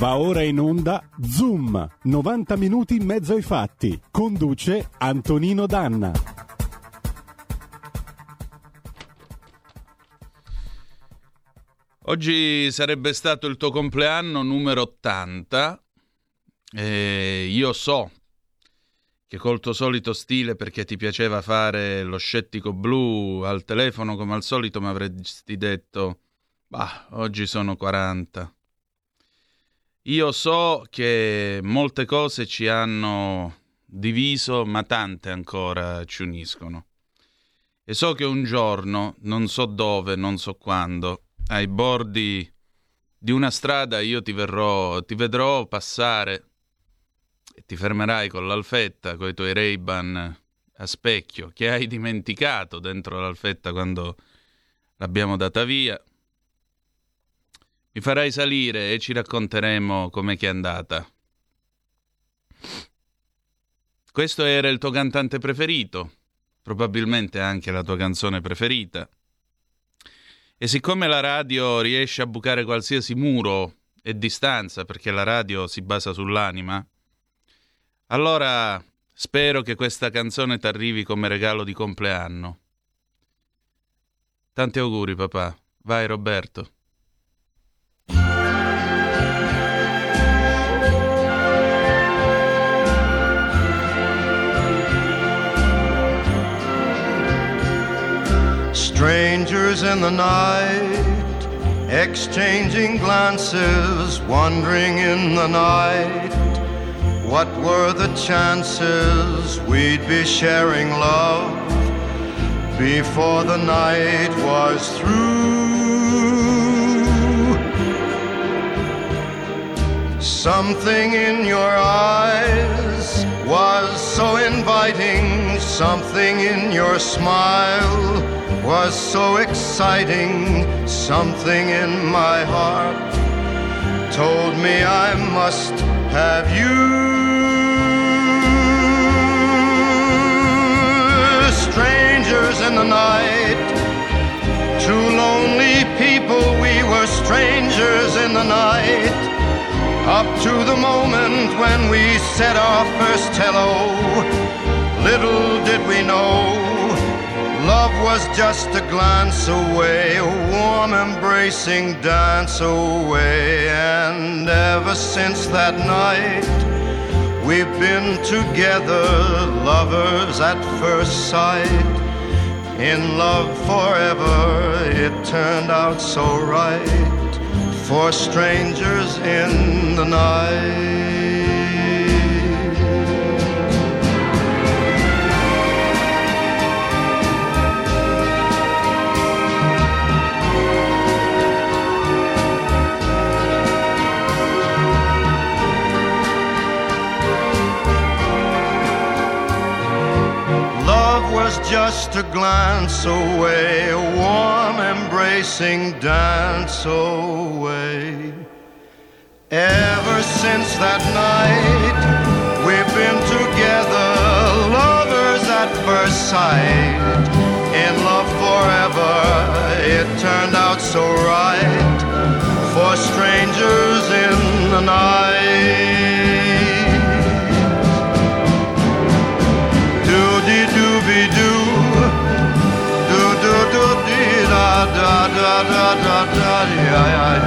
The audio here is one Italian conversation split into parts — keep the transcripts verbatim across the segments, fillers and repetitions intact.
Va ora in onda Zoom, novanta minuti in mezzo ai fatti. Conduce Antonino Danna. Oggi sarebbe stato il tuo compleanno numero ottanta e io so che col tuo solito stile, perché ti piaceva fare lo scettico blu al telefono come al solito, mi avresti detto bah, oggi sono quaranta. Io so che molte cose ci hanno diviso, ma tante ancora ci uniscono. E so che un giorno, non so dove, non so quando, ai bordi di una strada io ti verrò, ti vedrò passare e ti fermerai con l'alfetta, con i tuoi Ray-Ban a specchio, che hai dimenticato dentro l'alfetta quando l'abbiamo data via. Mi farai salire e ci racconteremo com'è che è andata. Questo era il tuo cantante preferito, probabilmente anche la tua canzone preferita. E siccome la radio riesce a bucare qualsiasi muro e distanza, perché la radio si basa sull'anima, allora spero che questa canzone ti arrivi come regalo di compleanno. Tanti auguri, papà. Vai, Roberto. Strangers in the night, exchanging glances, wandering in the night. What were the chances we'd be sharing love before the night was through? Something in your eyes was so inviting, something in your smile was so exciting, something in my heart told me I must have you. Strangers in the night, two lonely people, we were strangers in the night, up to the moment when we said our first hello. Little did we know love was just a glance away, a warm embracing dance away. And ever since that night, we've been together, lovers at first sight. In love forever, it turned out so right, for strangers in the night. Was just a glance away, a warm embracing dance away. Ever since that night, we've been together, lovers at first sight. In love forever, it turned out so right, for strangers in the night. Da da da da da da yeah yeah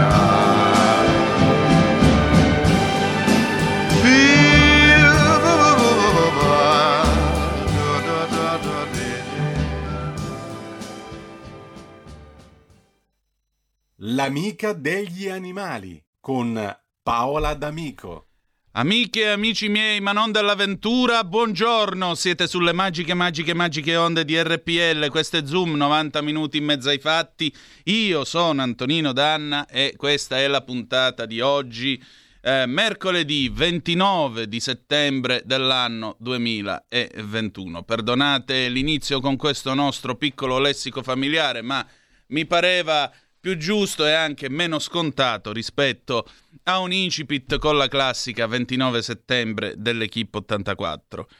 yeah. L'amica degli animali con Paola D'Amico. Amiche e amici miei, ma non dell'avventura, buongiorno, siete sulle magiche, magiche, magiche onde di R P L, questo è Zoom, novanta minuti in mezzo ai fatti, io sono Antonino Danna e questa è la puntata di oggi, eh, mercoledì ventinove di settembre dell'anno duemilaventuno. Perdonate l'inizio con questo nostro piccolo lessico familiare, ma mi pareva più giusto e anche meno scontato rispetto a un incipit con la classica ventinove settembre dell'Equipe ottantaquattro.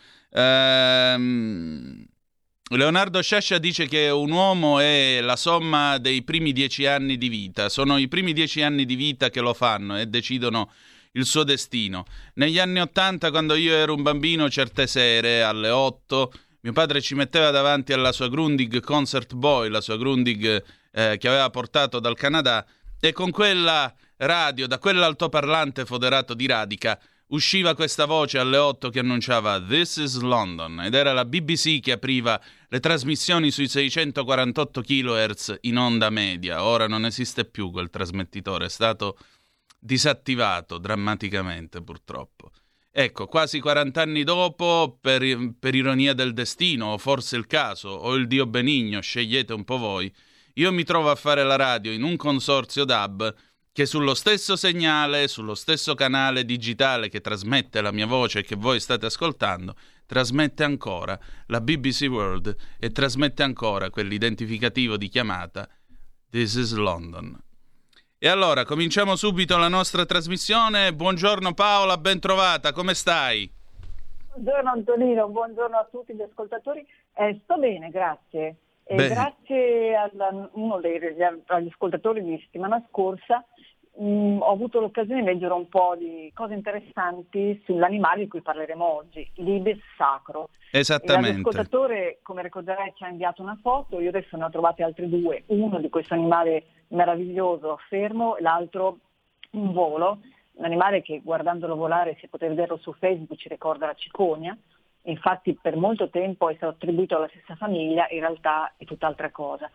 Ehm, Leonardo Sciascia dice che un uomo è la somma dei primi dieci anni di vita. Sono i primi dieci anni di vita che lo fanno e decidono il suo destino. Negli anni Ottanta, quando io ero un bambino, certe sere alle otto, mio padre ci metteva davanti alla sua Grundig Concert Boy, la sua Grundig eh, che aveva portato dal Canada, e con quella radio, da quell'altoparlante foderato di radica, usciva questa voce alle otto che annunciava "This is London", ed era la B B C che apriva le trasmissioni sui seicentoquarantotto chilohertz in onda media. Ora non esiste più quel trasmettitore, è stato disattivato drammaticamente, purtroppo. Ecco, quasi quaranta anni dopo, per, per ironia del destino, o forse il caso, o il Dio benigno, scegliete un po' voi, io mi trovo a fare la radio in un consorzio D A B che sullo stesso segnale, sullo stesso canale digitale che trasmette la mia voce e che voi state ascoltando, trasmette ancora la B B C World e trasmette ancora quell'identificativo di chiamata "This is London". E allora, cominciamo subito la nostra trasmissione. Buongiorno Paola, ben trovata, come stai? Buongiorno Antonino, buongiorno a tutti gli ascoltatori. Eh, sto bene, grazie. E grazie a uno dei, agli ascoltatori di settimana scorsa mh, ho avuto l'occasione di leggere un po' di cose interessanti sull'animale di cui parleremo oggi, l'ibis sacro. Esattamente. L'ascoltatore, come ricorderai, ci ha inviato una foto, io adesso ne ho trovate altre due, uno di questo animale meraviglioso fermo e l'altro un volo, un animale che guardandolo volare, se potete vederlo su Facebook, ci ricorda la cicogna. Infatti per molto tempo è stato attribuito alla stessa famiglia, in realtà è tutt'altra cosa.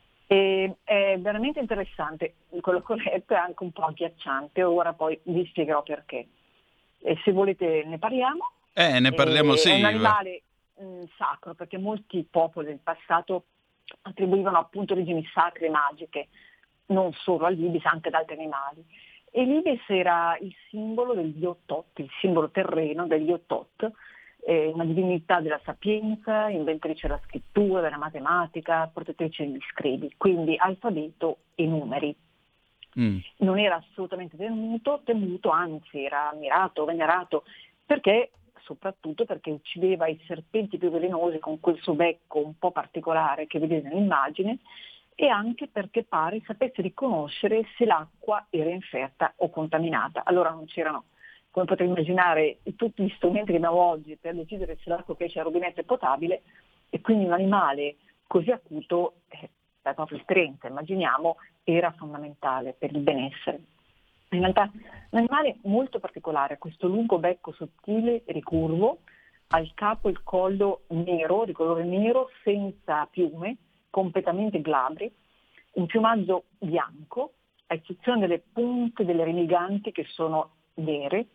E è veramente interessante, quello che ho letto è anche un po' agghiacciante, ora poi vi spiegherò perché. E se volete ne parliamo. Eh, ne parliamo, e, sì. È un animale mh, sacro, perché molti popoli del passato attribuivano appunto origini sacre e magiche, non solo all'ibis, anche ad altri animali. E l'ibis era il simbolo degli Yotot, il simbolo terreno degli Yotot, una divinità della sapienza, inventrice della scrittura, della matematica, protettrice degli scribi, quindi alfabeto e numeri. Mm. Non era assolutamente temuto, temuto, anzi era ammirato, venerato, perché soprattutto perché uccideva i serpenti più velenosi con quel suo becco un po' particolare che vedete nell'immagine, e anche perché pare sapesse riconoscere se l'acqua era inferta o contaminata. Allora non c'erano, come potete immaginare, tutti gli strumenti che abbiamo oggi per decidere se l'acqua che esce dal rubinetto è potabile, e quindi un animale così acuto, eh, la propria esperienza, immaginiamo, era fondamentale per il benessere. In realtà un animale molto particolare, questo lungo becco sottile e ricurvo, al capo il collo nero, di colore nero, senza piume, completamente glabri, un piumaggio bianco, a eccezione delle punte delle remiganti che sono nere,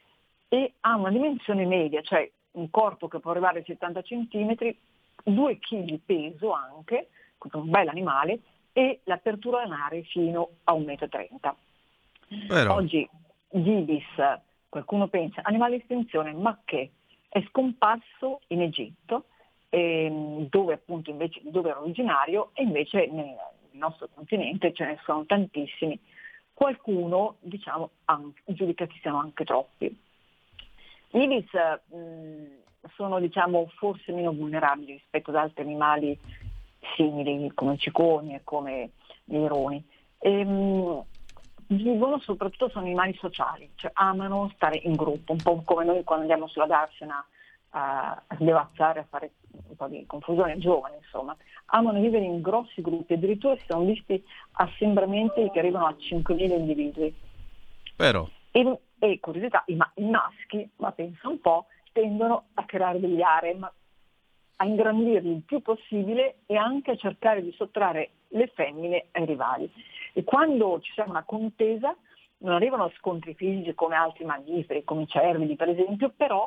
e ha una dimensione media, cioè un corpo che può arrivare ai settanta centimetri, due chili peso anche, un bel animale, e l'apertura anare fino a un metro e trenta. Però... Oggi l'ibis, qualcuno pensa, animale di estinzione, ma che è scomparso in Egitto, ehm, dove appunto invece dove era originario, e invece nel nostro continente ce ne sono tantissimi. Qualcuno, diciamo, anche, giudica che siano anche troppi. Gli ibis mh, sono, diciamo, forse meno vulnerabili rispetto ad altri animali simili, come ciconi e come gli ironi. E, mh, vivono soprattutto, sono animali sociali, cioè amano stare in gruppo, un po' come noi quando andiamo sulla Darsena a, a sbevazzare, a fare un po' di confusione, giovani insomma. Amano vivere in grossi gruppi, addirittura si sono visti assembramenti che arrivano a cinquemila individui. Però. E, e curiosità, i, ma, i maschi, ma pensa un po', tendono a creare degli harem, a ingrandirli il più possibile e anche a cercare di sottrarre le femmine ai rivali. E quando ci sarà una contesa non arrivano scontri fisici come altri mammiferi, come i cervi per esempio, però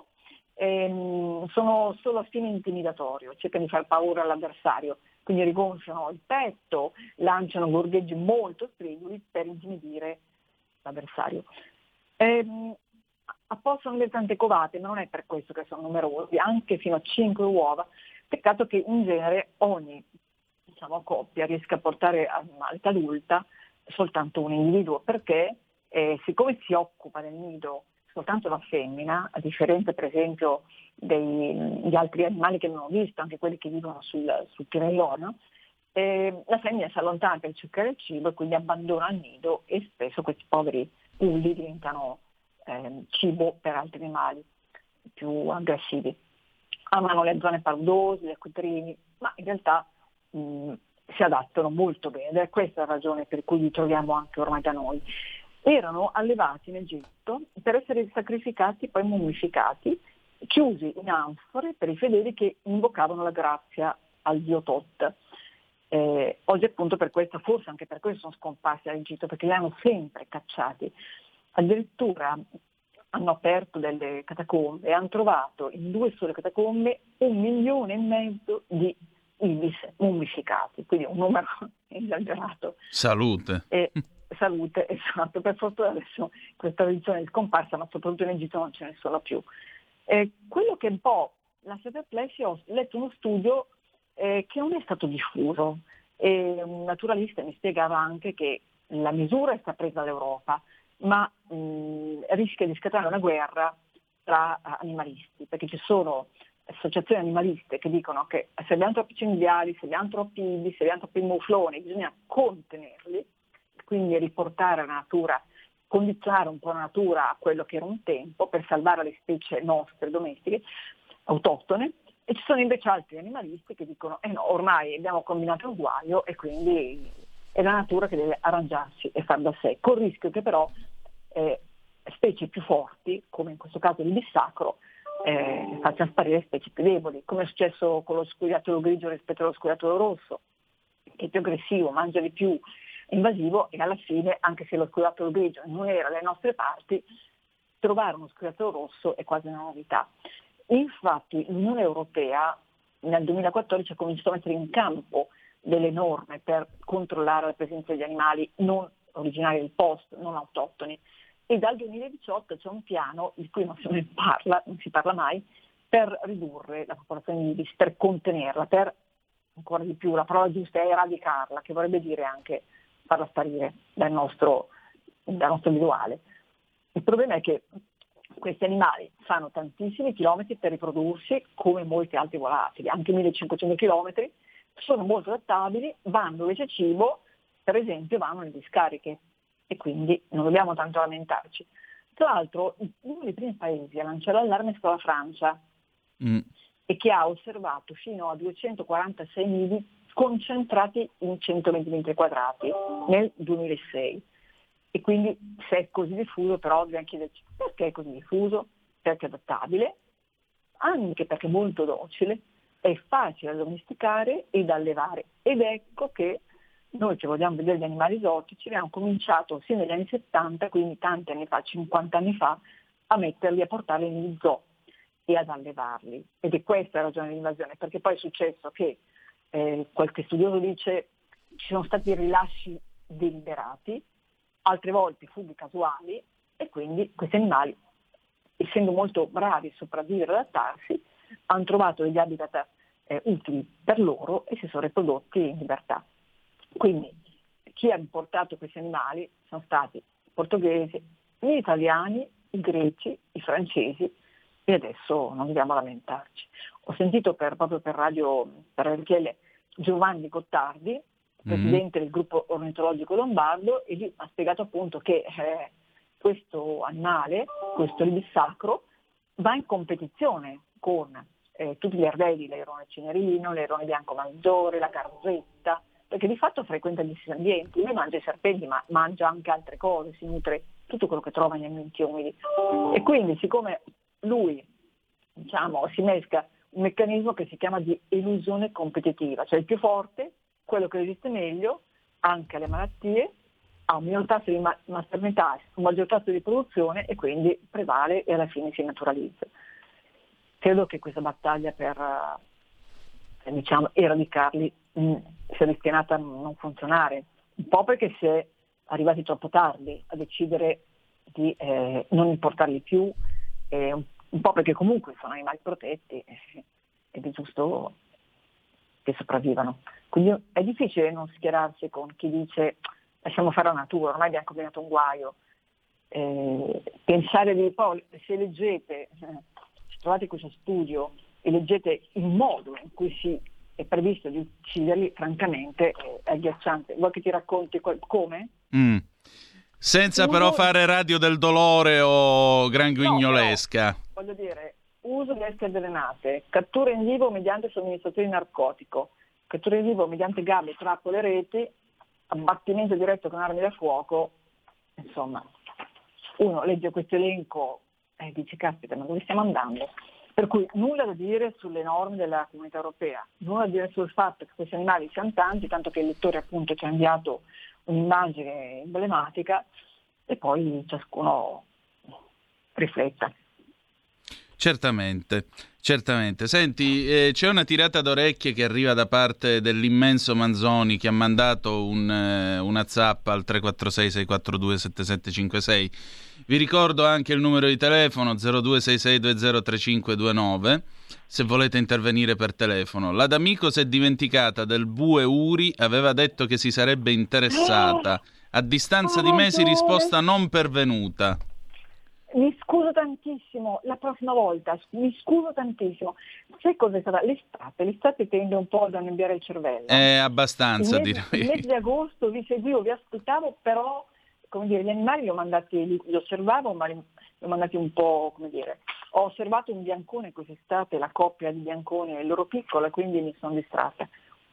ehm, sono solo a fine intimidatorio, cercano di far paura all'avversario, quindi rigonfiano il petto, lanciano gorgheggi molto striduli per intimidire l'avversario. Ehm, possono avere tante covate, ma non è per questo che sono numerosi, anche fino a cinque uova. Peccato che in genere ogni diciamo, coppia riesca a portare all'età adulta soltanto un individuo, perché eh, siccome si occupa del nido soltanto la femmina, a differenza per esempio degli altri animali che abbiamo visto, anche quelli che vivono sul, sul Tirreno, eh, la femmina si allontana per cercare il cibo e quindi abbandona il nido, e spesso questi poveri pulli diventano eh, cibo per altri animali più aggressivi. Amano le zone paludose, gli acquitrini, ma in realtà mh, si adattano molto bene, ed è questa la ragione per cui li troviamo anche ormai da noi. Erano allevati in Egitto per essere sacrificati, poi mummificati, chiusi in anfore per i fedeli che invocavano la grazia al dio Tot. Eh, oggi appunto per questo, forse anche per questo sono scomparsi dall'Egitto, perché li hanno sempre cacciati. Addirittura hanno aperto delle catacombe e hanno trovato in due sole catacombe un milione e mezzo di ibis mummificati, quindi un numero esagerato. Salute. E, salute, esatto. Per fortuna adesso questa tradizione è scomparsa, ma soprattutto in Egitto non ce ne sono più. Eh, quello che un po' lascia perplessi, ho letto uno studio eh, che non è stato diffuso, e un naturalista mi spiegava anche che la misura è stata presa dall'Europa, ma mh, rischia di scattare una guerra tra uh, animalisti, perché ci sono associazioni animaliste che dicono che se abbiamo troppi cinghiali, se abbiamo troppi ibis, se abbiamo troppi mufloni, bisogna contenerli, quindi riportare la natura, condizionare un po' la natura a quello che era un tempo per salvare le specie nostre domestiche, autoctone, e ci sono invece altri animalisti che dicono eh no, ormai abbiamo combinato un guaio e quindi è la natura che deve arrangiarsi e far da sé, col rischio che però eh, specie più forti, come in questo caso l'ibis sacro, eh, facciano sparire specie più deboli, come è successo con lo scoiattolo grigio rispetto allo scoiattolo rosso, che è più aggressivo, mangia di più, invasivo, e alla fine, anche se lo scoiattolo grigio non era dalle nostre parti, trovare uno scoiattolo rosso è quasi una novità. Infatti l'Unione Europea nel duemilaquattordici ha cominciato a mettere in campo delle norme per controllare la presenza degli animali non originari del posto, non autoctoni, e dal duemiladiciotto c'è un piano di cui non si parla, non si parla mai, per ridurre la popolazione di ibis, per contenerla, per ancora di più, la parola giusta è eradicarla, che vorrebbe dire anche farla sparire dal nostro, dal nostro visuale. Il problema è che questi animali fanno tantissimi chilometri per riprodursi, come molti altri volatili, anche millecinquecento chilometri, sono molto adattabili, vanno dove c'è cibo, per esempio vanno nelle discariche, e quindi non dobbiamo tanto lamentarci. Tra l'altro uno dei primi paesi a lanciare l'allarme è stata la Francia, mm. e che ha osservato fino a duecentoquarantasei nidi concentrati in centoventi metri quadrati nel duemilasei. E quindi se è così diffuso, però dobbiamo chiederci perché è così diffuso, perché è adattabile, anche perché è molto docile, è facile da domesticare e da allevare. Ed ecco che noi che vogliamo vedere gli animali esotici abbiamo cominciato sin negli anni settanta, quindi tanti anni fa, cinquanta anni fa, a metterli, a portarli negli zoo e ad allevarli. Ed è questa la ragione dell'invasione, perché poi è successo che eh, qualche studioso dice ci sono stati rilasci deliberati, altre volte fughe casuali, e quindi questi animali, essendo molto bravi a sopravvivere e adattarsi, hanno trovato degli habitat eh, utili per loro e si sono riprodotti in libertà. Quindi chi ha importato questi animali sono stati i portoghesi, gli italiani, i greci, i francesi, e adesso non dobbiamo lamentarci. Ho sentito per, proprio per radio, per R T L, Giovanni Gottardi, presidente mm-hmm. del gruppo ornitologico lombardo, e lui ha spiegato appunto che eh, questo animale, questo ibis sacro, va in competizione con eh, tutti gli ardei, l'airone cinerino, l'airone bianco maggiore, la carosetta, perché di fatto frequenta gli stessi ambienti. Lui mangia i serpenti, ma mangia anche altre cose, si nutre tutto quello che trova negli ambienti umidi. E quindi, siccome lui, diciamo, si mesca un meccanismo che si chiama di elusione competitiva, cioè il più forte, quello che resiste meglio anche alle malattie, ha un minor tasso di maternità, un maggior tasso di produzione, e quindi prevale e alla fine si naturalizza. Credo che questa battaglia per eh, diciamo, eradicarli mh, sia destinata a non funzionare, un po' perché si è arrivati troppo tardi a decidere di eh, non importarli più, eh, un, un po' perché comunque sono animali protetti eh, ed è giusto che sopravvivano. Quindi è difficile non schierarsi con chi dice lasciamo fare la natura, ormai abbiamo combinato un guaio. Eh, pensare di poi, se leggete, eh, se trovate questo studio e leggete il modo in cui si è previsto di ucciderli, francamente è agghiacciante. Vuoi che ti racconti qual- come? Mm. Senza uso... però fare radio del dolore o gran guignolesca. No, voglio dire, uso di esche avvelenate, cattura in vivo mediante somministrazione di narcotico, cattura in vivo mediante gabbie, trappole, reti, abbattimento diretto con armi da fuoco, insomma, uno legge questo elenco e dice, caspita, ma dove stiamo andando? Per cui nulla da dire sulle norme della Comunità Europea, nulla da dire sul fatto che questi animali siano tanti, tanto che il lettore appunto ci ha inviato un'immagine emblematica e poi ciascuno rifletta. Certamente, certamente. Senti, eh, c'è una tirata d'orecchie che arriva da parte dell'immenso Manzoni che ha mandato un, eh, una zappa al tre quattro sei sei quattro due sette sette cinque sei. Vi ricordo anche il numero di telefono zero due sei sei due zero tre cinque due nove se volete intervenire per telefono. La D'Amico si è dimenticata del bue Uri, aveva detto che si sarebbe interessata. A distanza di mesi risposta non pervenuta. Mi scuso tantissimo, la prossima volta, mi scuso tantissimo. Sai cosa è stata? L'estate, l'estate tende un po' ad annebbiare il cervello. Eh, abbastanza, il mese, direi. Il mese di agosto vi seguivo, vi ascoltavo, però, come dire, gli animali li ho mandati, li, li osservavo, ma li, li ho mandati un po', come dire, ho osservato un biancone quest'estate, la coppia di biancone e il loro piccolo, e quindi mi sono distratta.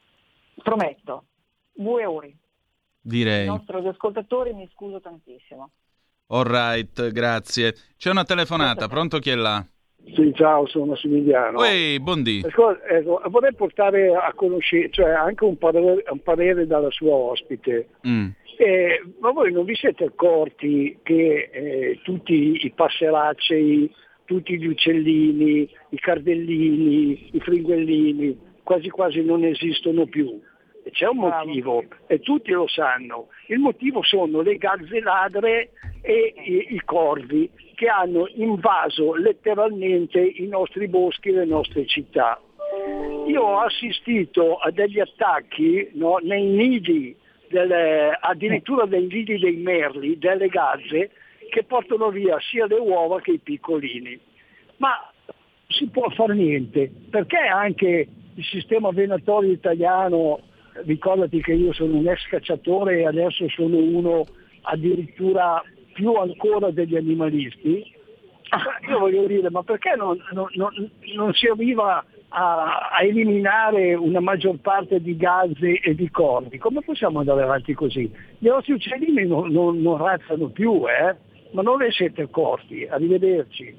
Prometto, due ore. Direi. I nostri ascoltatori, mi scuso tantissimo. All right, grazie. C'è una telefonata, pronto, chi è là? Sì, ciao, sono Massimiliano. Uè, buondì. Ecco, ecco, vorrei portare a conoscenza, cioè anche un parere, un parere dalla sua ospite. Mm. Eh, ma voi non vi siete accorti che eh, tutti i passeracei, tutti gli uccellini, i cardellini, i fringuellini, quasi quasi non esistono più? E c'è un motivo, e tutti lo sanno. Il motivo sono le gazze ladre e i, i corvi che hanno invaso letteralmente i nostri boschi e le nostre città. Io ho assistito a degli attacchi, no, nei nidi, delle, addirittura dei nidi dei merli, delle gazze, che portano via sia le uova che i piccolini. Ma non si può fare niente, perché anche il sistema venatorio italiano, ricordati che io sono un ex cacciatore e adesso sono uno addirittura più ancora degli animalisti, io voglio dire, ma perché non, non, non, non si arriva a, a eliminare una maggior parte di gazze e di corvi? Come possiamo andare avanti così? Gli nostri uccellini non, non, non razzano più, eh? Ma non ve siete accorti? Arrivederci.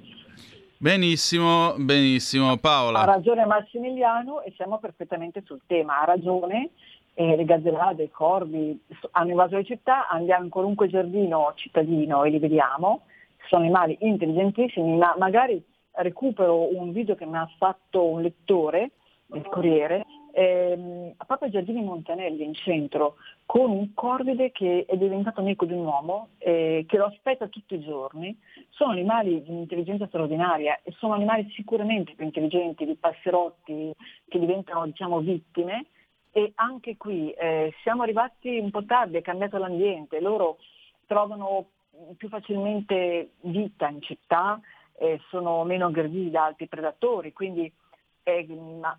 Benissimo, benissimo. Paola. Ha ragione Massimiliano e siamo perfettamente sul tema, ha ragione. Eh, le gazzellate, i corvi hanno invaso le città, andiamo in qualunque giardino cittadino e li vediamo, sono animali intelligentissimi, ma magari recupero un video che mi ha fatto un lettore del Corriere, ehm, proprio ai giardini Montanelli in centro, con un corvide che è diventato amico di un uomo, eh, che lo aspetta tutti i giorni. Sono animali di un'intelligenza straordinaria e sono animali sicuramente più intelligenti di passerotti che diventano, diciamo, vittime. E anche qui eh, siamo arrivati un po' tardi, è cambiato l'ambiente, loro trovano più facilmente vita in città, eh, sono meno aggrediti da altri predatori, quindi eh, ma,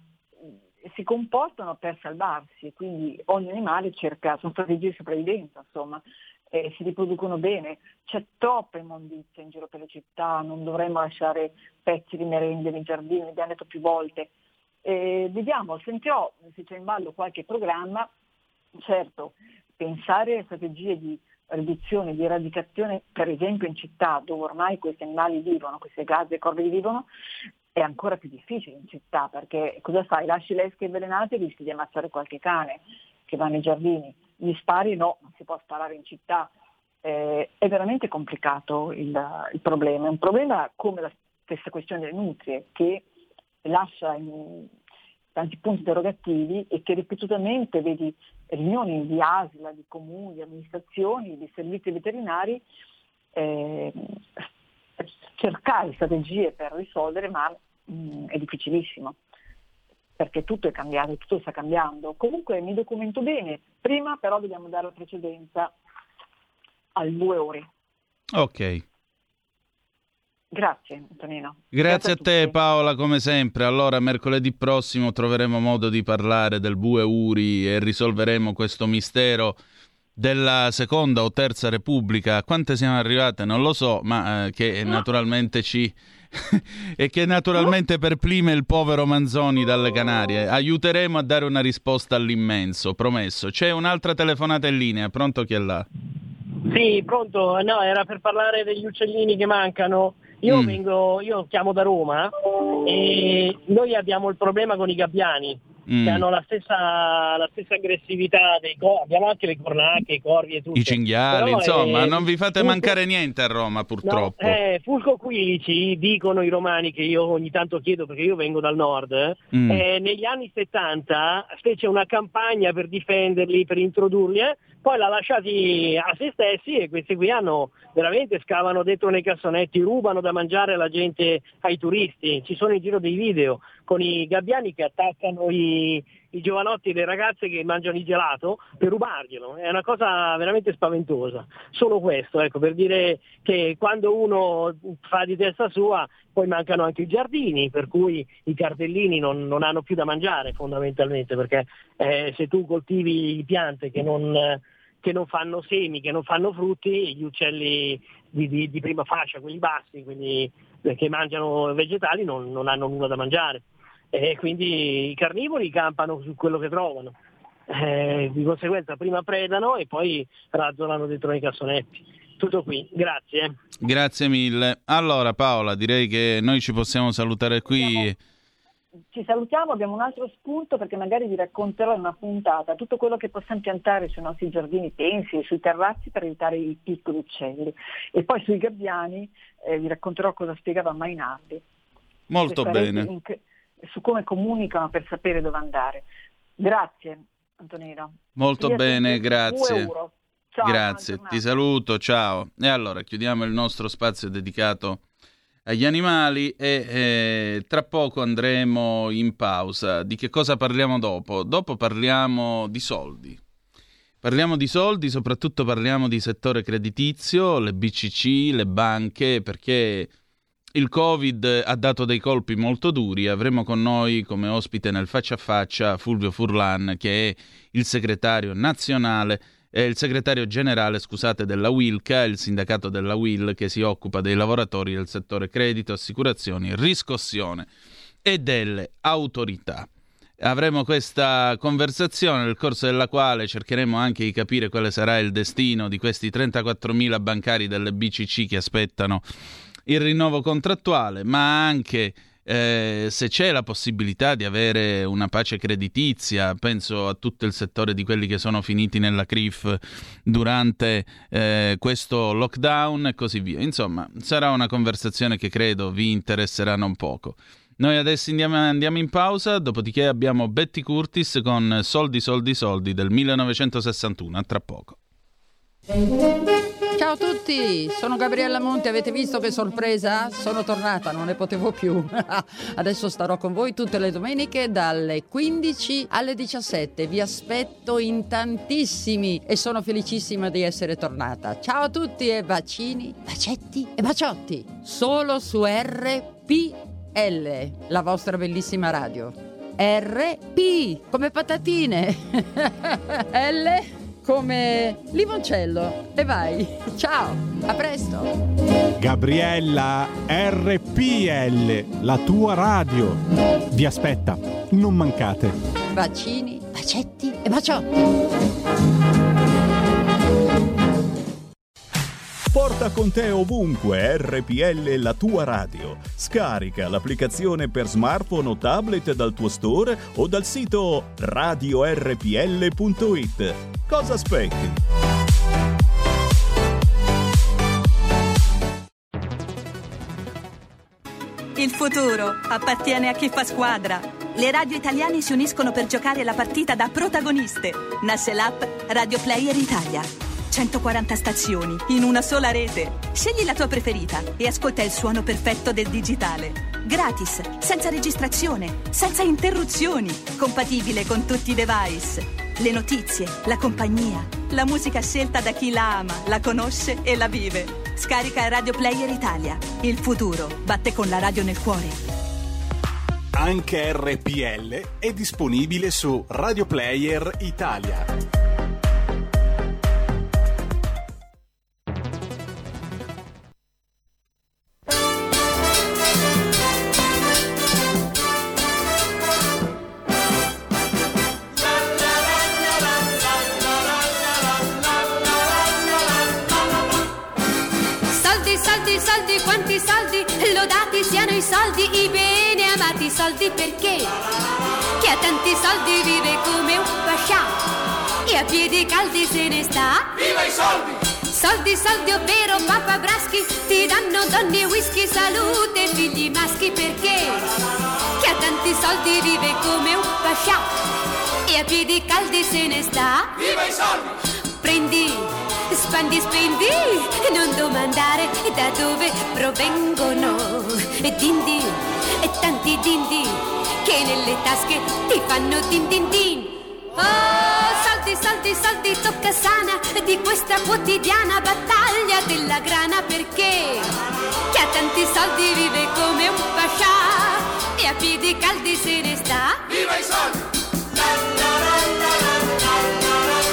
si comportano per salvarsi, quindi ogni animale cerca, sono strategie di sopravvivenza, insomma, eh, si riproducono bene, c'è troppa immondizia in giro per le città, non dovremmo lasciare pezzi di merende nei giardini, abbiamo detto più volte. Eh, vediamo, sentirò se c'è in ballo qualche programma. Certo, pensare a strategie di riduzione, di eradicazione, per esempio in città dove ormai questi animali vivono, queste gazze e corvi vivono, è ancora più difficile in città, perché cosa fai? Lasci le esche avvelenate e rischi di ammazzare qualche cane che va nei giardini, gli spari no, non si può sparare in città, eh, è veramente complicato il, il problema, è un problema come la stessa questione delle nutrie, che lascia in tanti punti interrogativi e che ripetutamente vedi riunioni di A S L, di comuni, di amministrazioni, di servizi veterinari eh, cercare strategie per risolvere, ma mh, è difficilissimo perché tutto è cambiato, tutto sta cambiando. Comunque mi documento bene, prima però dobbiamo dare la precedenza al due ore. Ok. Grazie Antonino. Grazie, Grazie a, a te Paola, come sempre. Allora mercoledì prossimo troveremo modo di parlare del bue Uri e risolveremo questo mistero della seconda o terza Repubblica, a quante siamo arrivate non lo so, ma eh, che naturalmente ci e che naturalmente perplime il povero Manzoni dalle Canarie. Aiuteremo a dare una risposta all'immenso, promesso. C'è un'altra telefonata in linea, pronto, chi è là? Sì, pronto, no, era per parlare degli uccellini che mancano. Io mm. vengo, io chiamo da Roma e noi abbiamo il problema con i gabbiani. Mm. Che hanno la stessa, la stessa aggressività dei corvi, abbiamo anche le cornacche, i corvi e tutto. I cinghiali, però insomma, è... non vi fate Fulco... mancare niente a Roma, purtroppo. No, eh, Fulco Quilici, dicono i romani, che io ogni tanto chiedo perché io vengo dal nord, mm. eh, negli anni settanta fece una campagna per difenderli, per introdurli, eh, poi l'ha lasciati a se stessi e questi qui hanno veramente scavano dentro nei cassonetti, rubano da mangiare alla gente, ai turisti. Ci sono in giro dei video con i gabbiani che attaccano i, i giovanotti e le ragazze che mangiano il gelato per rubarglielo. È una cosa veramente spaventosa. Solo questo, ecco, per dire che quando uno fa di testa sua poi mancano anche i giardini, per cui i cartellini non, non hanno più da mangiare fondamentalmente, perché eh, se tu coltivi piante che non... Eh, che non fanno semi, che non fanno frutti, gli uccelli di, di, di prima fascia, quelli bassi, quelli che mangiano vegetali, non, non hanno nulla da mangiare. E quindi i carnivori campano su quello che trovano. Eh, di conseguenza prima predano e poi razzolano dentro nei cassonetti. Tutto qui, grazie. Grazie mille. Allora Paola, direi che noi ci possiamo salutare qui. Ci salutiamo, abbiamo un altro spunto perché magari vi racconterò in una puntata tutto quello che possiamo piantare sui nostri giardini pensili, sui terrazzi per evitare i piccoli uccelli, e poi sui gabbiani eh, vi racconterò cosa spiegava Mainardi. Molto bene. In, su come comunicano per sapere dove andare. Grazie Antonino. Molto Ti bene, grazie. Ciao, grazie, ti saluto, ciao. E allora chiudiamo il nostro spazio dedicato agli animali e eh, tra poco andremo in pausa. Di che cosa parliamo dopo? Dopo parliamo di soldi. Parliamo di soldi, soprattutto parliamo di settore creditizio, le B C C, le banche, perché il Covid ha dato dei colpi molto duri. Avremo con noi come ospite nel Faccia a Faccia Fulvio Furlan, che è il segretario nazionale è il segretario generale, scusate, della Wilca, il sindacato della U I L che si occupa dei lavoratori del settore credito, assicurazioni, riscossione e delle autorità. Avremo questa conversazione nel corso della quale cercheremo anche di capire quale sarà il destino di questi trentaquattromila bancari delle B C C che aspettano il rinnovo contrattuale, ma anche Eh, se c'è la possibilità di avere una pace creditizia. Penso a tutto il settore di quelli che sono finiti nella C R I F durante eh, questo lockdown e così via. Insomma, sarà una conversazione che credo vi interesserà non poco. Noi adesso andiamo, andiamo in pausa, dopodiché abbiamo Betty Curtis con Soldi, Soldi, Soldi del millenovecentosessantuno. A tra poco. Ciao a tutti, sono Gabriella Monti, avete visto che sorpresa? Sono tornata, non ne potevo più. Adesso starò con voi tutte le domeniche dalle quindici alle diciassette, vi aspetto in tantissimi e sono felicissima di essere tornata. Ciao a tutti e bacini, bacetti e baciotti, solo su R P L, la vostra bellissima radio. R P come patatine, L come limoncello. E vai, ciao, a presto. Gabriella, R P L, la tua radio, vi aspetta, non mancate. Bacini, bacetti e baciotti. Porta con te ovunque R P L, la tua radio. Scarica l'applicazione per smartphone o tablet dal tuo store o dal sito radio R P L punto it. Cosa aspetti? Il futuro appartiene a chi fa squadra. Le radio italiane si uniscono per giocare la partita da protagoniste. Nasce l'app Radio Player Italia. centoquaranta stazioni in una sola rete. Scegli la tua preferita e ascolta il suono perfetto del digitale. Gratis, senza registrazione, senza interruzioni, compatibile con tutti i device. Le notizie, la compagnia, la musica scelta da chi la ama, la conosce e la vive. Scarica Radio Player Italia. Il futuro batte con la radio nel cuore. Anche R P L è disponibile su Radio Player Italia. Soldi, soldi, quanti soldi, lodati siano i soldi, i bene amati soldi, perché chi ha tanti soldi vive come un pascià e a piedi caldi se ne sta. Viva i soldi! Soldi, soldi, ovvero papabraschi, ti danno donne, whisky, salute, figli maschi, perché chi ha tanti soldi vive come un pascià e a piedi caldi se ne sta. Viva i soldi! Prendi, spandi, spendi, non domandare da dove provengono. E dindi, e tanti dindi, che nelle tasche ti fanno din din din. Oh, soldi, soldi, soldi, tocca sana di questa quotidiana battaglia della grana, perché chi ha tanti soldi vive come un pascià e a piedi caldi se ne sta. Viva i soldi! La, la, la, la, la, la,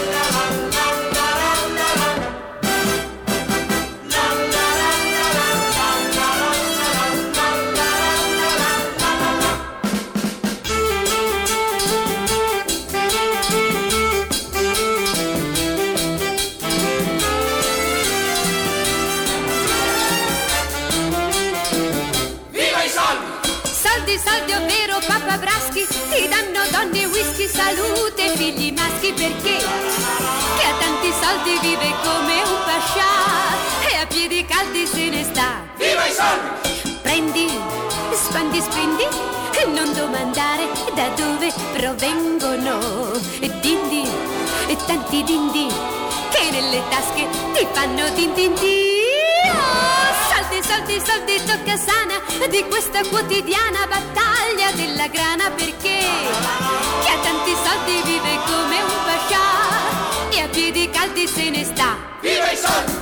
soldi, ovvero papabraschi, ti danno donne, whisky, salute, figli maschi, perché chi ha tanti soldi vive come un pascià e a piedi caldi se ne sta. Viva i soldi! Prendi, spandi, spendi, non domandare da dove provengono. E dindi, e tanti dindi, che nelle tasche ti fanno din din din. Oh, soldi, soldi, soldi, tocca sana di questa quotidiana battaglia della grana, perché chi ha tanti soldi vive come un pascià e a piedi caldi se ne sta. Viva i soldi!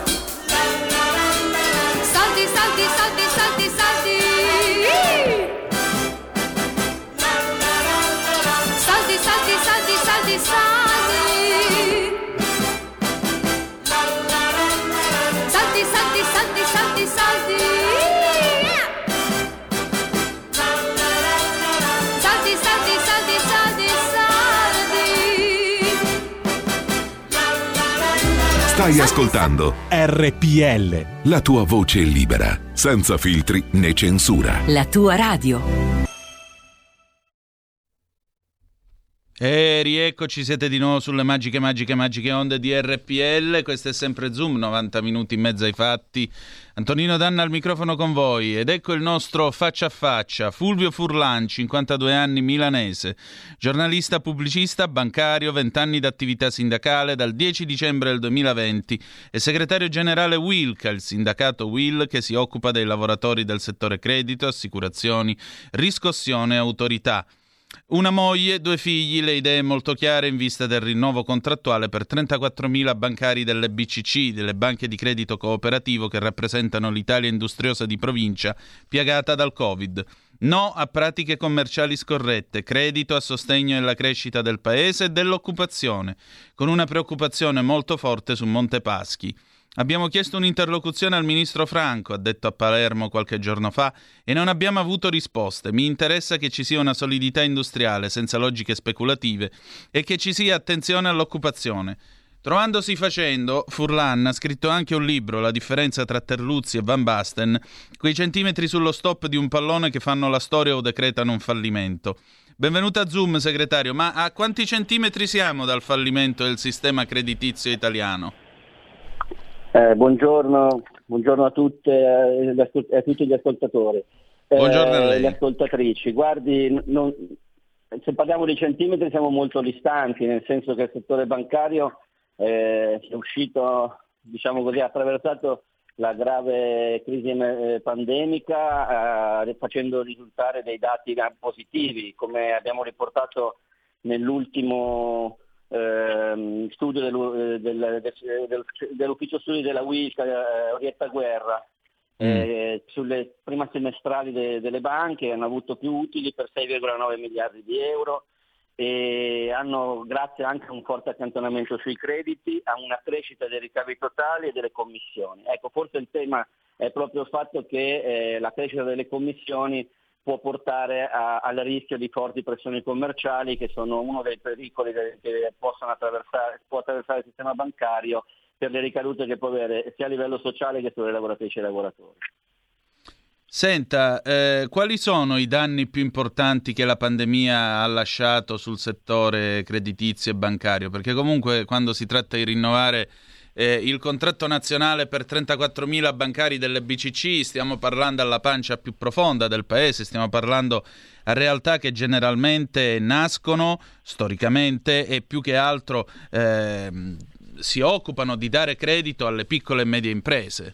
Soldi, soldi, soldi, soldi, soldi. Soldi, soldi, soldi, soldi, soldi. Soldi, soldi, soldi, soldi, soldi. Soldi, soldi, soldi, soldi, soldi. Stai ascoltando R P L, la tua voce libera, senza filtri né censura. La tua radio. E rieccoci, siete di nuovo sulle magiche, magiche, magiche onde di R P L. Questo è sempre Zoom, novanta minuti in mezzo ai fatti. Antonino Danna al microfono con voi. Ed ecco il nostro faccia a faccia. Fulvio Furlan, cinquantadue anni, milanese. Giornalista, pubblicista, bancario, venti anni d'attività sindacale, dal dieci dicembre del duemilaventi. È segretario generale Wilca, il sindacato U I L che si occupa dei lavoratori del settore credito, assicurazioni, riscossione e autorità. Una moglie, due figli, le idee molto chiare in vista del rinnovo contrattuale per trentaquattromila bancari delle B C C, delle banche di credito cooperativo che rappresentano l'Italia industriosa di provincia piagata dal Covid. No a pratiche commerciali scorrette, credito a sostegno della crescita del paese e dell'occupazione, con una preoccupazione molto forte su Montepaschi. Abbiamo chiesto un'interlocuzione al ministro Franco, ha detto a Palermo qualche giorno fa, e non abbiamo avuto risposte. Mi interessa che ci sia una solidità industriale senza logiche speculative e che ci sia attenzione all'occupazione. Trovandosi facendo, Furlan ha scritto anche un libro, La differenza tra Terluzzi e Van Basten, quei centimetri sullo stop di un pallone che fanno la storia o decretano un fallimento. Benvenuto a Zoom, segretario, ma a quanti centimetri siamo dal fallimento del sistema creditizio italiano? Eh, buongiorno, buongiorno a tutte e eh, a tutti gli ascoltatori. Buongiorno a lei. Le ascoltatrici. Guardi, non, se parliamo di centimetri siamo molto distanti, nel senso che il settore bancario eh, è uscito, diciamo così, ha attraversato la grave crisi eh, pandemica eh, facendo risultare dei dati positivi, come abbiamo riportato nell'ultimo eh, studio del, del, del, dell'ufficio studi della U I L, eh, Orietta Guerra. Mm. Eh, sulle prime semestrali de, delle banche hanno avuto più utili per sei virgola nove miliardi di euro e hanno, grazie anche a un forte accantonamento sui crediti, a una crescita dei ricavi totali e delle commissioni. Ecco, forse il tema è proprio il fatto che eh, la crescita delle commissioni può portare a, al rischio di forti pressioni commerciali, che sono uno dei pericoli che possono attraversare, può attraversare il sistema bancario per le ricadute che può avere sia a livello sociale che sulle lavoratrici e lavoratori. Senta, eh, quali sono i danni più importanti che la pandemia ha lasciato sul settore creditizio e bancario? Perché comunque quando si tratta di rinnovare eh, il contratto nazionale per trentaquattromila bancari delle B C C, stiamo parlando alla pancia più profonda del paese, stiamo parlando a realtà che generalmente nascono storicamente e più che altro eh, si occupano di dare credito alle piccole e medie imprese.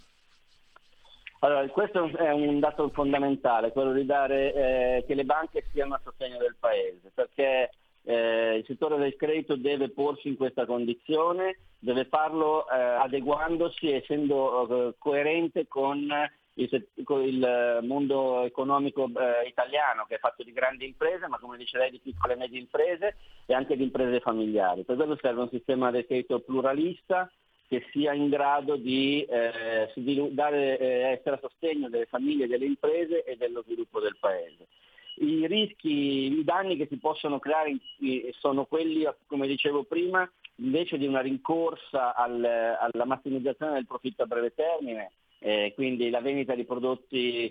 Allora, questo è un dato fondamentale, quello di dare eh, che le banche siano a sostegno del Paese, perché eh, il settore del credito deve porsi in questa condizione, deve farlo eh, adeguandosi, essendo eh, coerente con il, con il mondo economico eh, italiano, che è fatto di grandi imprese, ma come dice lei di piccole e medie imprese e anche di imprese familiari. Per quello serve un sistema del credito pluralista, che sia in grado di, eh, dare, eh, essere a sostegno delle famiglie e delle imprese e dello sviluppo del Paese. I rischi, i danni che si possono creare sono quelli, come dicevo prima, invece di una rincorsa al, alla massimizzazione del profitto a breve termine, eh, quindi la vendita di prodotti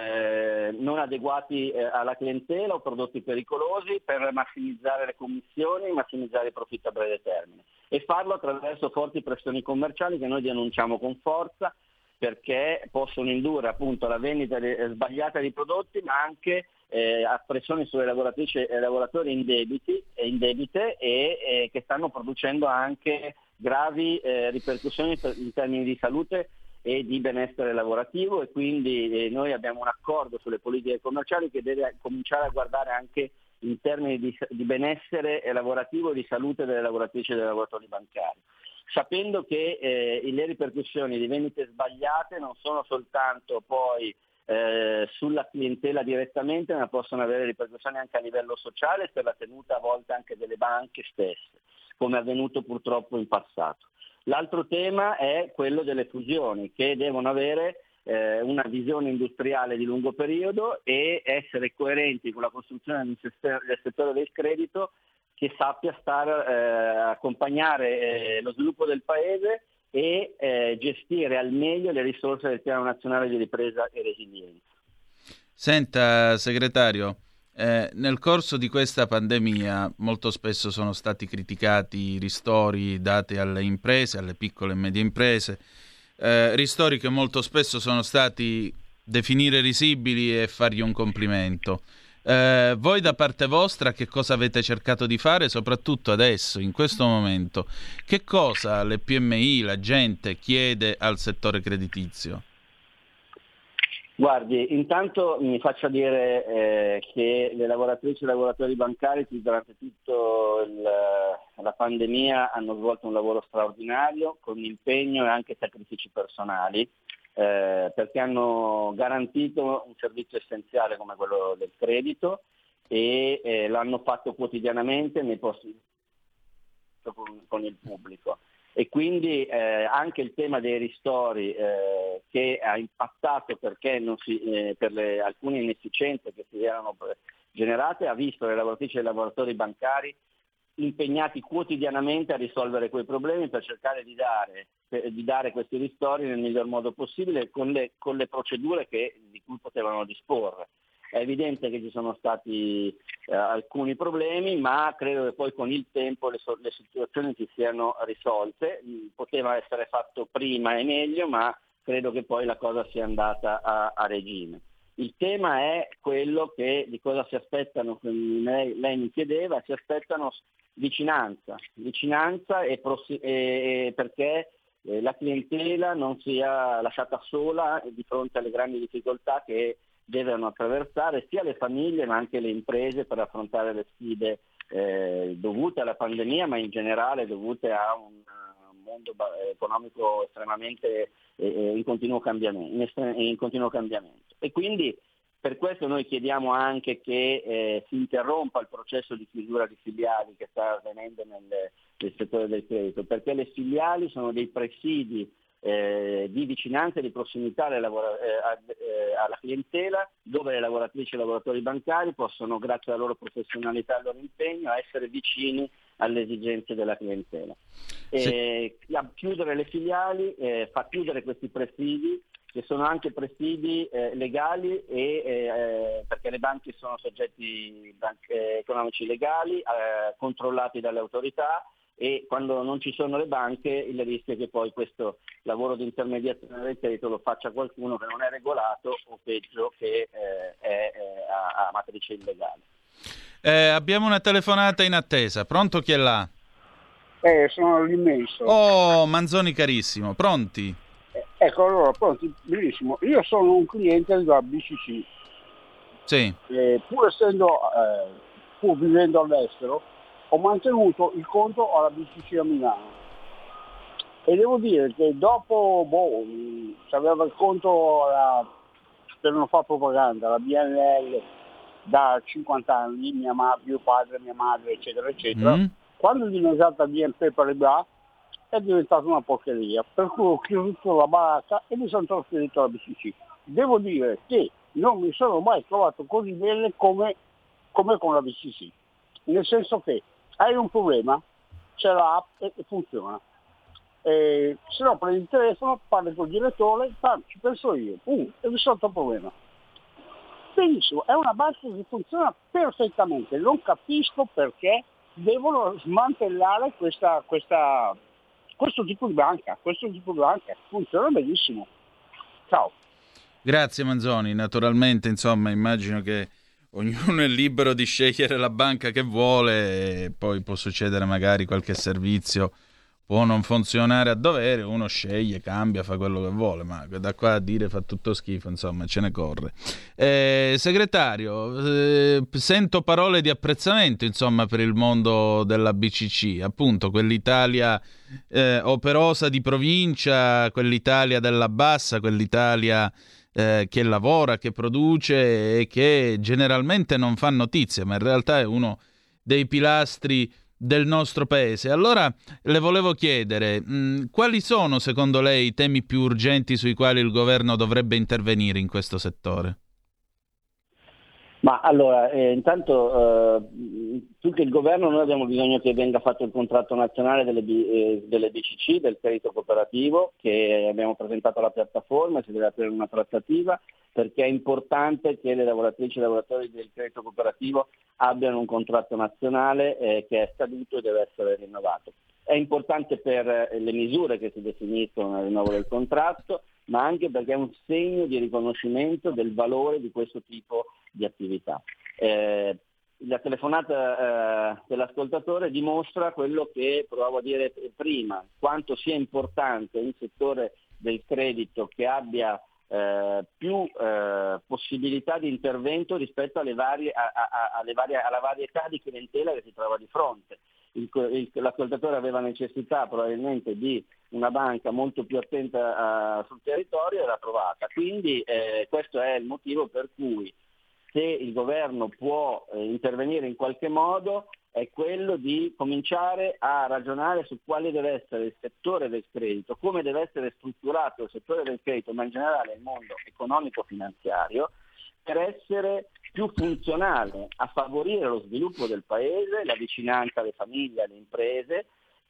eh, non adeguati eh, alla clientela o prodotti pericolosi per massimizzare le commissioni, massimizzare il profitto a breve termine, e farlo attraverso forti pressioni commerciali che noi denunciamo con forza, perché possono indurre appunto alla vendita di, eh, sbagliata di prodotti, ma anche eh, a pressioni sulle lavoratrici e lavoratori in debiti e in debite e eh, che stanno producendo anche gravi eh, ripercussioni per, in termini di salute e di benessere lavorativo, e quindi eh, noi abbiamo un accordo sulle politiche commerciali che deve cominciare a guardare anche in termini di, di benessere lavorativo e di salute delle lavoratrici e dei lavoratori bancari, sapendo che eh, le ripercussioni di vendite sbagliate non sono soltanto poi eh, sulla clientela direttamente, ma possono avere ripercussioni anche a livello sociale per la tenuta a volte anche delle banche stesse, come è avvenuto purtroppo in passato. L'altro tema è quello delle fusioni, che devono avere eh, una visione industriale di lungo periodo e essere coerenti con la costruzione del settore del credito, che sappia star, eh, accompagnare eh, lo sviluppo del Paese e eh, gestire al meglio le risorse del Piano Nazionale di Ripresa e Resilienza. Senta, segretario, eh, nel corso di questa pandemia molto spesso sono stati criticati i ristori dati alle imprese, alle piccole e medie imprese, eh, ristori che molto spesso sono stati definire risibili e fargli un complimento. Eh, voi da parte vostra che cosa avete cercato di fare, soprattutto adesso, in questo momento? Che cosa le P M I, la gente chiede al settore creditizio? Guardi, intanto mi faccia dire eh, che le lavoratrici e i lavoratori bancari durante tutta la pandemia hanno svolto un lavoro straordinario con impegno e anche sacrifici personali, eh, perché hanno garantito un servizio essenziale come quello del credito e eh, l'hanno fatto quotidianamente nei posti con, con il pubblico. E quindi eh, anche il tema dei ristori eh, che ha impattato perché non si, eh, per le, alcune inefficienze che si erano generate, ha visto le lavoratrici e i lavoratori bancari impegnati quotidianamente a risolvere quei problemi per cercare di dare, per, di dare questi ristori nel miglior modo possibile con le, con le procedure che, di cui potevano disporre. È evidente che ci sono stati eh, alcuni problemi, ma credo che poi con il tempo le, so- le situazioni si siano risolte. Poteva essere fatto prima e meglio, ma credo che poi la cosa sia andata a, a regime. Il tema è quello che di cosa si aspettano, lei, lei mi chiedeva, si aspettano vicinanza, vicinanza e, prossi- e perché eh, la clientela non sia lasciata sola di fronte alle grandi difficoltà che devono attraversare sia le famiglie ma anche le imprese per affrontare le sfide eh, dovute alla pandemia, ma in generale dovute a un uh, mondo economico estremamente eh, in, continuo cambiamento, in, estre- in continuo cambiamento. E quindi per questo noi chiediamo anche che eh, si interrompa il processo di chiusura di filiali che sta avvenendo nel, nel settore del credito, perché le filiali sono dei presidi Eh, di vicinanza e di prossimità alle lavora- eh, a, eh, alla clientela, dove le lavoratrici e i lavoratori bancari possono, grazie alla loro professionalità e al loro impegno, essere vicini alle esigenze della clientela. Sì. E chiudere le filiali eh, fa chiudere questi presidi, che sono anche presidi eh, legali, e, eh, perché le banche sono soggetti banche, eh, economici legali, eh, controllati dalle autorità, e quando non ci sono le banche il rischio è che poi questo lavoro di intermediazione del credito lo faccia qualcuno che non è regolato, o peggio che eh, è, è a, a matrice illegale. Eh, abbiamo una telefonata in attesa. Pronto, chi è là? Eh, sono l'immenso. Oh, Manzoni carissimo, pronti? Eh, ecco, allora, pronti, benissimo. Io sono un cliente della B C C. Sì. Eh, pur essendo, eh, pur vivendo all'estero, ho mantenuto il conto alla B C C a Milano. E devo dire che dopo, boh, si aveva il conto alla, per non fare propaganda, la B N L da cinquanta anni, mia madre, mio padre, mia madre, eccetera, eccetera. Mm. Quando è diventata B N P Paribas è diventata una porcheria, per cui ho chiuso la baracca e mi sono trasferito alla B C C. Devo dire che non mi sono mai trovato così bene come, come con la B C C, nel senso che hai un problema, c'è l'app e, e funziona. Eh, se no prendi il telefono, parli col direttore, parli, ci penso io, uh, e risolto il problema. Benissimo, è una banca che funziona perfettamente, non capisco perché devono smantellare questa, questa, questo tipo di banca, questo tipo di banca funziona benissimo. Ciao. Grazie Manzoni, naturalmente insomma immagino che ognuno è libero di scegliere la banca che vuole, e poi può succedere magari qualche servizio può non funzionare a dovere, uno sceglie, cambia, fa quello che vuole, ma da qua a dire fa tutto schifo, insomma, ce ne corre. Eh, segretario, eh, sento parole di apprezzamento, insomma, per il mondo della B C C, appunto, quell'Italia eh, operosa di provincia, quell'Italia della bassa, quell'Italia eh, che lavora, che produce e che generalmente non fa notizia, ma in realtà è uno dei pilastri del nostro paese. Allora le volevo chiedere, mh, quali sono secondo lei i temi più urgenti sui quali il governo dovrebbe intervenire in questo settore? Ma allora, eh, intanto eh, più che il governo noi abbiamo bisogno che venga fatto il contratto nazionale delle, B, eh, delle B C C, del credito cooperativo, che abbiamo presentato alla piattaforma, si deve aprire una trattativa, perché è importante che le lavoratrici e i lavoratori del credito cooperativo abbiano un contratto nazionale eh, che è scaduto e deve essere rinnovato. È importante per eh, le misure che si definiscono nel rinnovo del contratto, ma anche perché è un segno di riconoscimento del valore di questo tipo di attività. Eh, la telefonata eh, dell'ascoltatore dimostra quello che provavo a dire prima, quanto sia importante un settore del credito che abbia eh, più eh, possibilità di intervento rispetto alle varie, a, a, alle varie, alla varietà di clientela che si trova di fronte. Il, il, l'ascoltatore aveva necessità probabilmente di una banca molto più attenta uh, sul territorio e l'ha trovata. Quindi eh, questo è il motivo per cui, se il governo può eh, intervenire in qualche modo, è quello di cominciare a ragionare su quale deve essere il settore del credito, come deve essere strutturato il settore del credito, ma in generale il mondo economico-finanziario, per essere più funzionale a favorire lo sviluppo del paese, la vicinanza alle famiglie, alle imprese,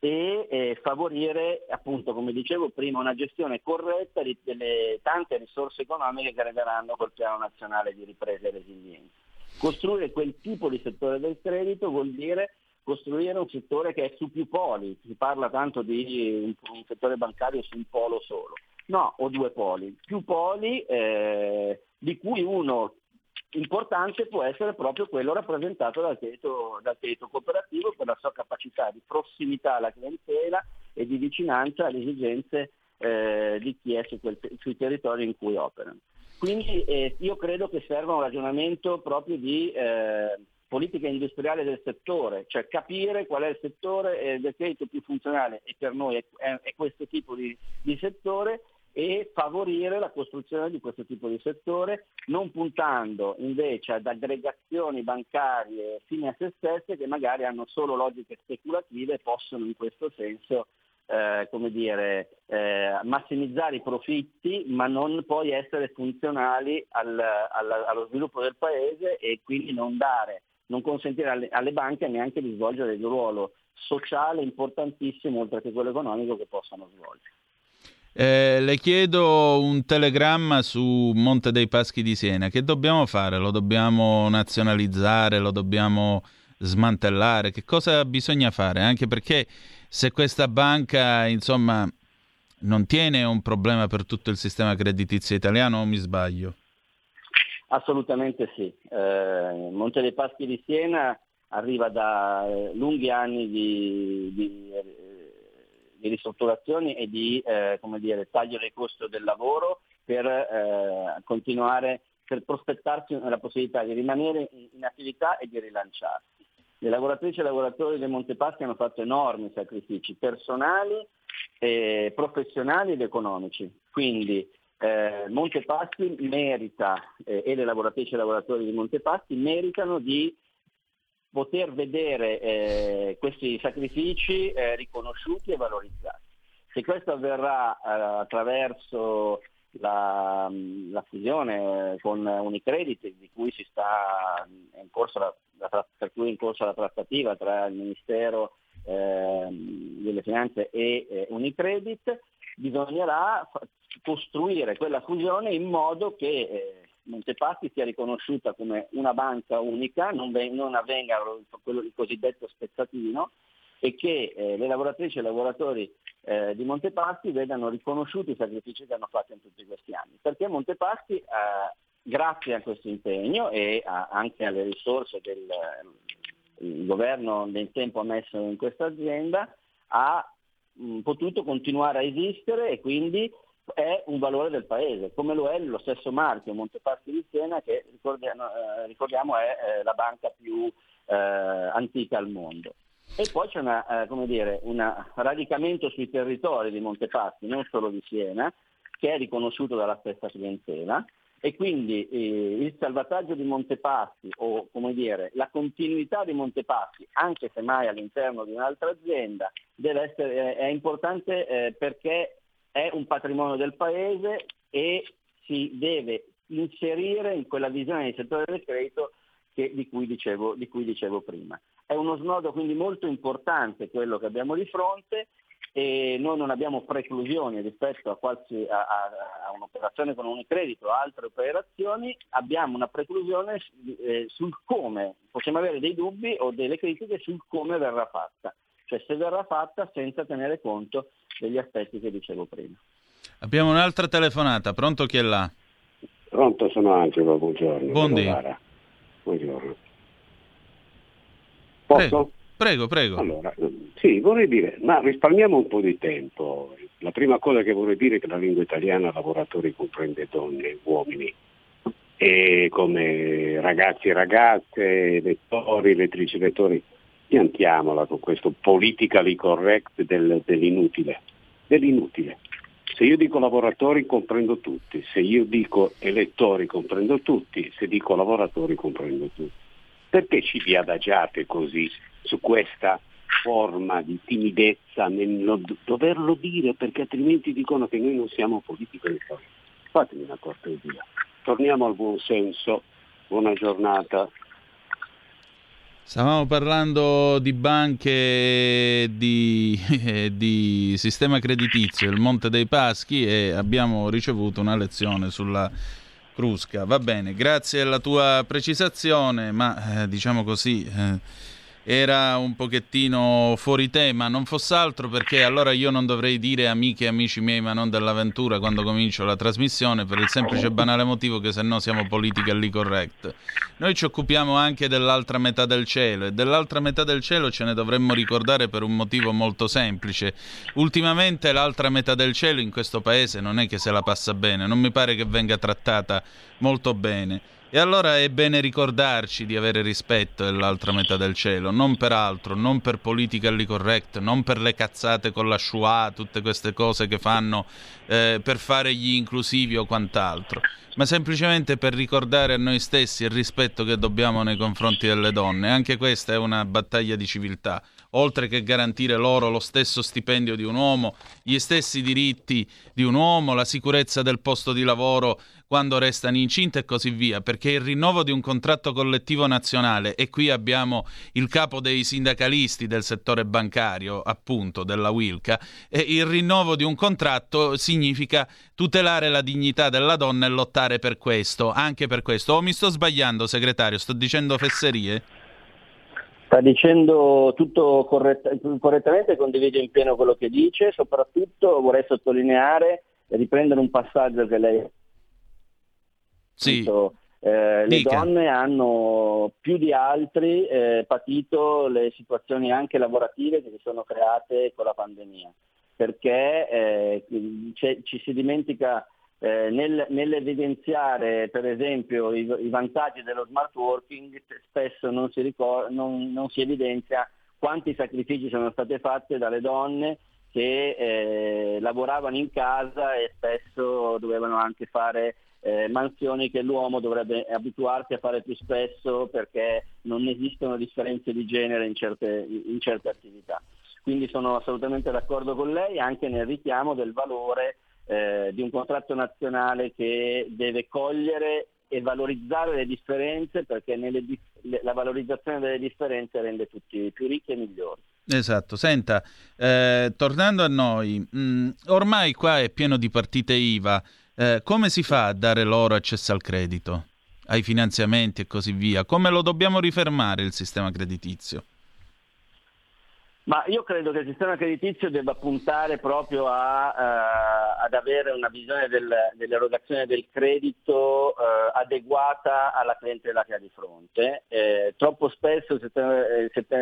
e eh, favorire, appunto, come dicevo prima, una gestione corretta di, delle tante risorse economiche che arriveranno col Piano Nazionale di Ripresa e Resilienza. Costruire quel tipo di settore del credito vuol dire costruire un settore che è su più poli. Si parla tanto di un, un settore bancario su un polo solo. No, o due poli. Più poli, eh, di cui uno importante può essere proprio quello rappresentato dal credito, dal credito cooperativo, per la sua capacità di prossimità alla clientela e di vicinanza alle esigenze eh, di chi è su quel, sui territori in cui operano. Quindi eh, io credo che serva un ragionamento proprio di eh, politica industriale del settore, cioè capire qual è il settore eh, del credito più funzionale, e per noi è, è, è questo tipo di, di settore, e favorire la costruzione di questo tipo di settore, non puntando invece ad aggregazioni bancarie fine a se stesse che magari hanno solo logiche speculative e possono in questo senso eh, come dire, eh, massimizzare i profitti, ma non poi essere funzionali al, al, allo sviluppo del paese, e quindi non dare non consentire alle, alle banche neanche di svolgere il ruolo sociale importantissimo, oltre che quello economico, che possano svolgere. Eh, le chiedo un telegramma su Monte dei Paschi di Siena. Che dobbiamo fare? Lo dobbiamo nazionalizzare? Lo dobbiamo smantellare? Che cosa bisogna fare? Anche perché se questa banca, insomma, non tiene, un problema per tutto il sistema creditizio italiano, o mi sbaglio? Assolutamente sì. Eh, Monte dei Paschi di Siena arriva da eh, lunghi anni di, di, di ristrutturazioni e di eh, come dire, taglio del costo del lavoro per eh, continuare, per prospettarsi la possibilità di rimanere in, in attività e di rilanciarsi. Le lavoratrici e i lavoratori del Monte Paschi hanno fatto enormi sacrifici personali, eh, professionali ed economici. Quindi eh, Monte Paschi merita, eh, e le lavoratrici e i lavoratori di Monte Paschi meritano di poter vedere eh, questi sacrifici eh, riconosciuti e valorizzati. Se questo avverrà eh, attraverso la, la fusione con Unicredit, di cui si sta in corso la, la, per cui è in corso la trattativa tra il Ministero eh, delle Finanze e eh, Unicredit, bisognerà costruire quella fusione in modo che eh, Monte Paschi sia riconosciuta come una banca unica, non, ve- non avvenga quello, il cosiddetto spezzatino, e che eh, le lavoratrici e i lavoratori eh, di Monte Paschi vedano riconosciuti i sacrifici che hanno fatto in tutti questi anni. Perché Monte Paschi, eh, grazie a questo impegno e a, anche alle risorse che il, il governo nel tempo ha messo in questa azienda, ha mh, potuto continuare a esistere e quindi è un valore del paese, come lo è lo stesso marchio Monte Paschi di Siena, che ricordiamo, eh, ricordiamo è eh, la banca più eh, antica al mondo. E poi c'è una, eh, come dire, un radicamento sui territori di Monte Paschi, non solo di Siena, che è riconosciuto dalla stessa clientela, e quindi eh, il salvataggio di Monte Paschi, o come dire la continuità di Monte Paschi, anche se mai all'interno di un'altra azienda, deve essere, è importante eh, perché è un patrimonio del paese e si deve inserire in quella visione del settore del credito che, di, cui dicevo, di cui dicevo prima. È uno snodo quindi molto importante quello che abbiamo di fronte, e noi non abbiamo preclusioni rispetto a, qualsi, a, a, a un'operazione con Unicredit o altre operazioni, abbiamo una preclusione eh, sul come, possiamo avere dei dubbi o delle critiche sul come verrà fatta, cioè se verrà fatta senza tenere conto degli aspetti che dicevo prima. Abbiamo un'altra telefonata, pronto, chi è là? Pronto, sono Angelo, buongiorno. Buondì. Buongiorno. Posso? Prego, prego. Allora, sì, vorrei dire, ma risparmiamo un po' di tempo. La prima cosa che vorrei dire è che la lingua italiana lavoratori comprende donne e uomini, e come ragazzi e ragazze, lettori, lettrici e lettori, piantiamola con questo politically correct del, dell'inutile, dell'inutile. Se io dico lavoratori comprendo tutti, se io dico elettori comprendo tutti, se dico lavoratori comprendo tutti. Perché ci vi adagiate così su questa forma di timidezza nel doverlo dire, perché altrimenti dicono che noi non siamo politically correct? Fatemi una cortesia. Torniamo al buon senso. Buona giornata. Stavamo parlando di banche, di, eh, di sistema creditizio, il Monte dei Paschi, e abbiamo ricevuto una lezione sulla Crusca. Va bene, grazie alla tua precisazione, ma eh, diciamo così eh, era un pochettino fuori tema, non fosse altro perché allora io non dovrei dire amiche e amici miei ma non dell'avventura quando comincio la trasmissione, per il semplice e banale motivo che se no siamo politically correct. Noi ci occupiamo anche dell'altra metà del cielo, e dell'altra metà del cielo ce ne dovremmo ricordare per un motivo molto semplice. Ultimamente l'altra metà del cielo in questo paese non è che se la passa bene, non mi pare che venga trattata molto bene. E allora è bene ricordarci di avere rispetto dell'altra metà del cielo, non per altro, non per politically correct, non per le cazzate con la Shoah, tutte queste cose che fanno eh, per fare gli inclusivi o quant'altro, ma semplicemente per ricordare a noi stessi il rispetto che dobbiamo nei confronti delle donne. Anche questa è una battaglia di civiltà. oltre che garantire loro lo stesso stipendio di un uomo, gli stessi diritti di un uomo, la sicurezza del posto di lavoro quando restano incinte e così via, perché il rinnovo di un contratto collettivo nazionale, e qui abbiamo il capo dei sindacalisti del settore bancario, appunto, della Wilca, e il rinnovo di un contratto significa tutelare la dignità della donna e lottare per questo, anche per questo. O mi sto sbagliando, segretario? Sto dicendo fesserie? Sta dicendo tutto corrett- correttamente, condivido in pieno quello che dice, soprattutto vorrei sottolineare e riprendere un passaggio che lei Sì. Eh, le Dica. donne hanno più di altri eh, patito le situazioni anche lavorative che si sono create con la pandemia, perché eh, ci si dimentica eh, nel, nell'evidenziare per esempio i, i vantaggi dello smart working, spesso non si, ricor- non, non si evidenzia quanti sacrifici sono state fatte dalle donne che eh, lavoravano in casa e spesso dovevano anche fare Eh, mansioni che l'uomo dovrebbe abituarsi a fare più spesso, perché non esistono differenze di genere in certe, in certe attività. Quindi sono assolutamente d'accordo con lei anche nel richiamo del valore eh, di un contratto nazionale che deve cogliere e valorizzare le differenze, perché nelle, la valorizzazione delle differenze rende tutti più ricchi e migliori. Esatto, senta, eh, tornando a noi, mh, ormai qua è pieno di partite I V A. Eh, come si fa a dare loro accesso al credito, ai finanziamenti e così via? Come lo dobbiamo rifermare il sistema creditizio? Ma io credo che il sistema creditizio debba puntare proprio a, uh, ad avere una visione del, dell'erogazione del credito uh, adeguata alla clientela che ha di fronte. Eh, troppo spesso il sistema, il sistema,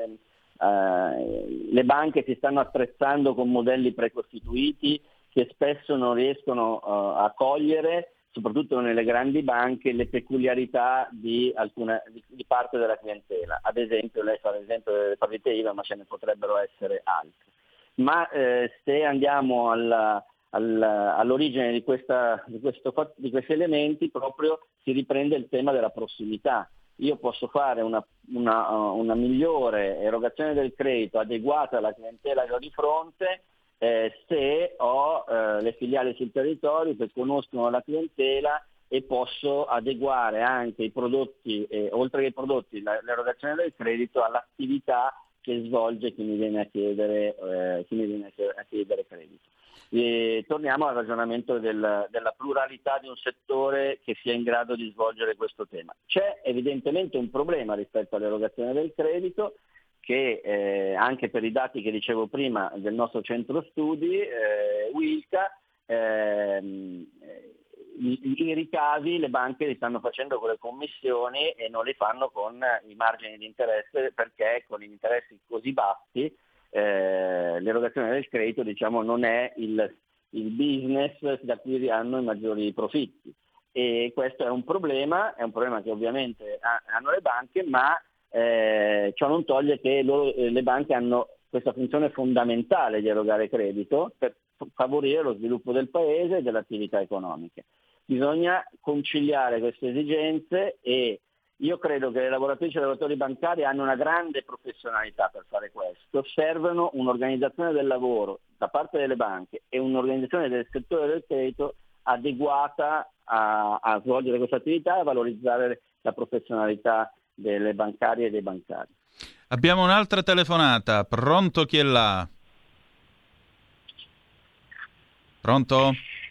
uh, le banche si stanno attrezzando con modelli precostituiti che spesso non riescono uh, a cogliere, soprattutto nelle grandi banche, le peculiarità di, alcuna, di, di parte della clientela. Ad esempio, lei fa l'esempio delle partite I V A, ma ce ne potrebbero essere altre. Ma eh, se andiamo alla, alla, all'origine di, questa, di, questo, di questi elementi, proprio si riprende il tema della prossimità. Io posso fare una, una, una migliore erogazione del credito adeguata alla clientela che ho di fronte, Eh, se ho eh, le filiali sul territorio che conoscono la clientela e posso adeguare anche i prodotti, eh, oltre che i prodotti, la, l'erogazione del credito all'attività che svolge chi mi viene a chiedere, eh, chi mi viene a chiedere credito. E torniamo al ragionamento del, della pluralità di un settore che sia in grado di svolgere questo tema. C'è evidentemente un problema rispetto all'erogazione del credito, che eh, anche per i dati che dicevo prima del nostro centro studi, eh, Wilca, eh, i, i ricavi le banche li stanno facendo con le commissioni e non li fanno con i margini di interesse, perché con gli interessi così bassi eh, l'erogazione del credito, diciamo, non è il, il business da cui hanno i maggiori profitti. E questo è un problema, è un problema che ovviamente hanno le banche, ma Eh, ciò non toglie che loro, eh, le banche hanno questa funzione fondamentale di erogare credito per favorire lo sviluppo del paese e delle attività economiche. Bisogna conciliare queste esigenze e io credo che le lavoratrici e i lavoratori bancari hanno una grande professionalità per fare questo. Servono un'organizzazione del lavoro da parte delle banche e un'organizzazione del settore del credito adeguata a, a svolgere questa attività e a valorizzare la professionalità delle bancarie e dei bancari. Abbiamo un'altra telefonata. Pronto, chi è là? Pronto?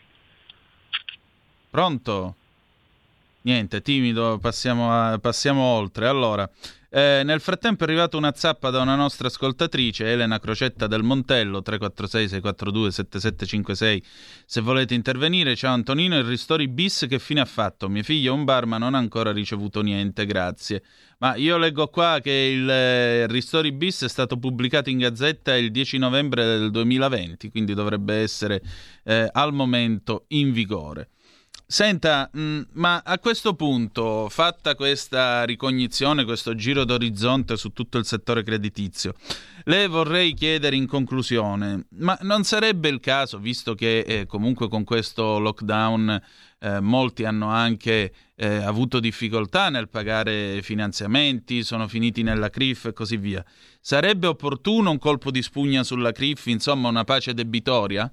Pronto? Niente, timido, passiamo, a, passiamo oltre. Allora, eh, nel frattempo è arrivata una zappa da una nostra ascoltatrice, Elena Crocetta del Montello, tre quattro sei sei quattro due sette sette cinque sei, se volete intervenire. Ciao Antonino, il Ristori bis che fine ha fatto? Mio figlio è un bar ma non ha ancora ricevuto niente, grazie. Ma io leggo qua che il eh, Ristori bis è stato pubblicato in Gazzetta il dieci novembre del duemilaventi, quindi dovrebbe essere eh, al momento in vigore. Senta, mh, ma a questo punto, fatta questa ricognizione, questo giro d'orizzonte su tutto il settore creditizio, le vorrei chiedere in conclusione, ma non sarebbe il caso, visto che eh, comunque con questo lockdown eh, molti hanno anche eh, avuto difficoltà nel pagare finanziamenti, sono finiti nella C R I F e così via, sarebbe opportuno un colpo di spugna sulla C R I F, insomma una pace debitoria?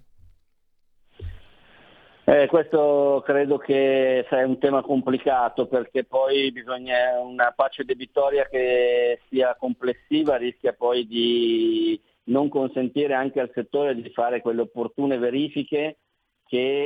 Eh, questo credo che sia un tema complicato, perché poi bisogna una pace debitoria che sia complessiva, rischia poi di non consentire anche al settore di fare quelle opportune verifiche che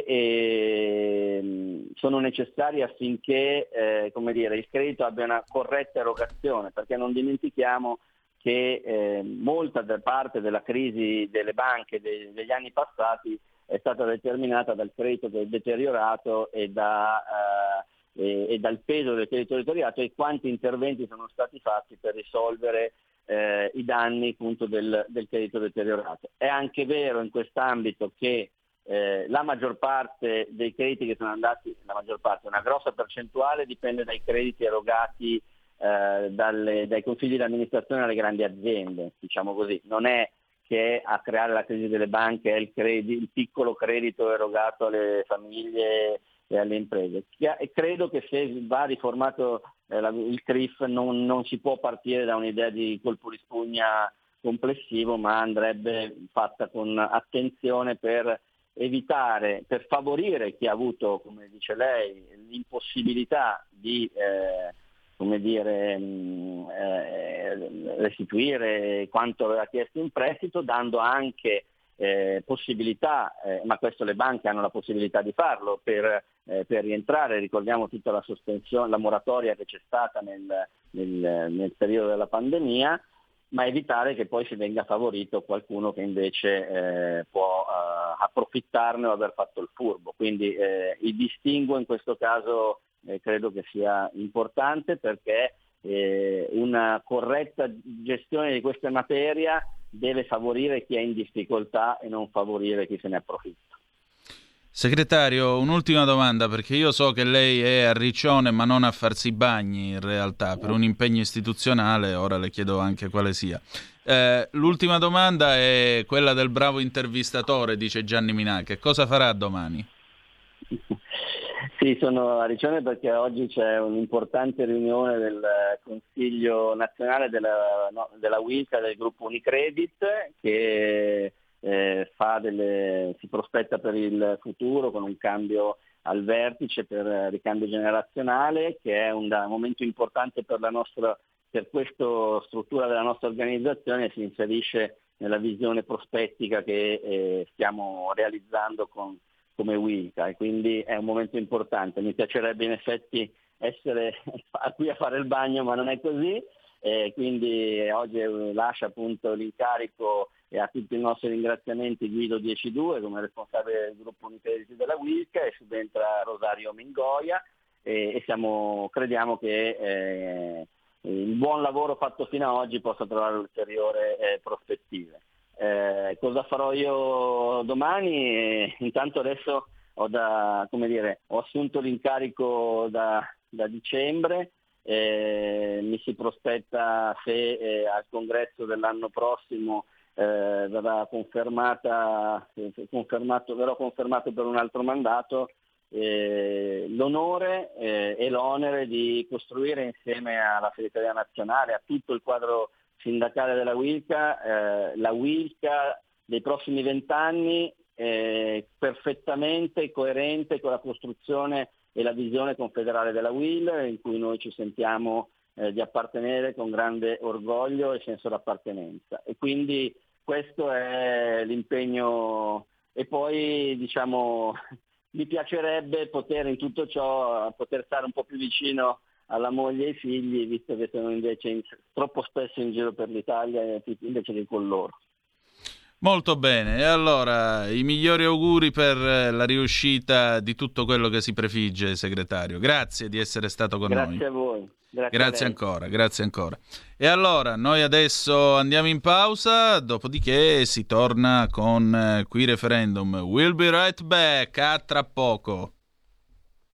eh, sono necessarie affinché eh, come dire, il credito abbia una corretta erogazione, perché non dimentichiamo che eh, molta da parte della crisi delle banche de- degli anni passati è stata determinata dal credito deteriorato e, da, uh, e, e dal peso del credito deteriorato e quanti interventi sono stati fatti per risolvere eh, i danni appunto del, del credito deteriorato. È anche vero in quest'ambito che eh, la maggior parte dei crediti che sono andati, la maggior parte, una grossa percentuale dipende dai crediti erogati eh, dalle, dai consigli di amministrazione alle grandi aziende, diciamo così. Non è che a creare la crisi delle banche è il, credi, il piccolo credito erogato alle famiglie e alle imprese. E credo che se va riformato eh, la, il C R I F non, non si può partire da un'idea di colpo di spugna complessivo, ma andrebbe fatta con attenzione per evitare, per favorire chi ha avuto, come dice lei, l'impossibilità di eh, come dire, mh, eh, restituire quanto aveva chiesto in prestito, dando anche eh, possibilità, eh, ma questo le banche hanno la possibilità di farlo, per, eh, per rientrare. Ricordiamo tutta la sospensione, la moratoria che c'è stata nel, nel, nel periodo della pandemia, ma evitare che poi si venga favorito qualcuno che invece eh, può eh, approfittarne o aver fatto il furbo. Quindi eh, il distinguo in questo caso Eh, credo che sia importante, perché eh, una corretta gestione di questa materia deve favorire chi è in difficoltà e non favorire chi se ne approfitta. Segretario, un'ultima domanda, perché io so che lei è a Riccione ma non a farsi i bagni in realtà, per un impegno istituzionale, ora le chiedo anche quale sia. Eh, l'ultima domanda è quella del bravo intervistatore, dice Gianni Minà, che cosa farà domani? Sì, sono a Riccione perché oggi c'è un'importante riunione del Consiglio nazionale della, no, della Wilca, del gruppo Unicredit, che eh, fa delle, si prospetta per il futuro con un cambio al vertice per ricambio generazionale, che è un, un momento importante per la nostra, per questa struttura della nostra organizzazione, si inserisce nella visione prospettica che eh, stiamo realizzando con come Wilca, e quindi è un momento importante. Mi piacerebbe in effetti essere qui a fare il bagno, ma non è così, e quindi oggi lascia appunto l'incarico e a tutti i nostri ringraziamenti Guido dieci due come responsabile del gruppo Unicredit della Wilca, e subentra Rosario Mingoia, e, e siamo, crediamo che eh, il buon lavoro fatto fino ad oggi possa trovare ulteriori eh, prospettive. Eh, cosa farò io domani? Eh, intanto adesso ho, da, come dire, ho assunto l'incarico da, da dicembre, eh, mi si prospetta se eh, al congresso dell'anno prossimo eh, verrà confermata, eh, confermato, verrò confermato per un altro mandato, eh, l'onore eh, e l'onere di costruire insieme alla segreteria nazionale, a tutto il quadro sindacale della Wilca, eh, la Wilca dei prossimi vent'anni eh, perfettamente coerente con la costruzione e la visione confederale della U I L, in cui noi ci sentiamo eh, di appartenere con grande orgoglio e senso d'appartenenza. E quindi questo è l'impegno, e poi diciamo mi piacerebbe poter in tutto ciò poter stare un po' più vicino alla moglie e ai figli, visto che sono invece in, troppo spesso in giro per l'Italia invece che con loro. Molto bene, e allora i migliori auguri per la riuscita di tutto quello che si prefigge, segretario. Grazie di essere stato con grazie noi. Grazie a voi. Grazie, grazie a ancora, grazie ancora. E allora, noi adesso andiamo in pausa, dopodiché si torna con eh, Qui Referendum. We'll be right back, a tra poco.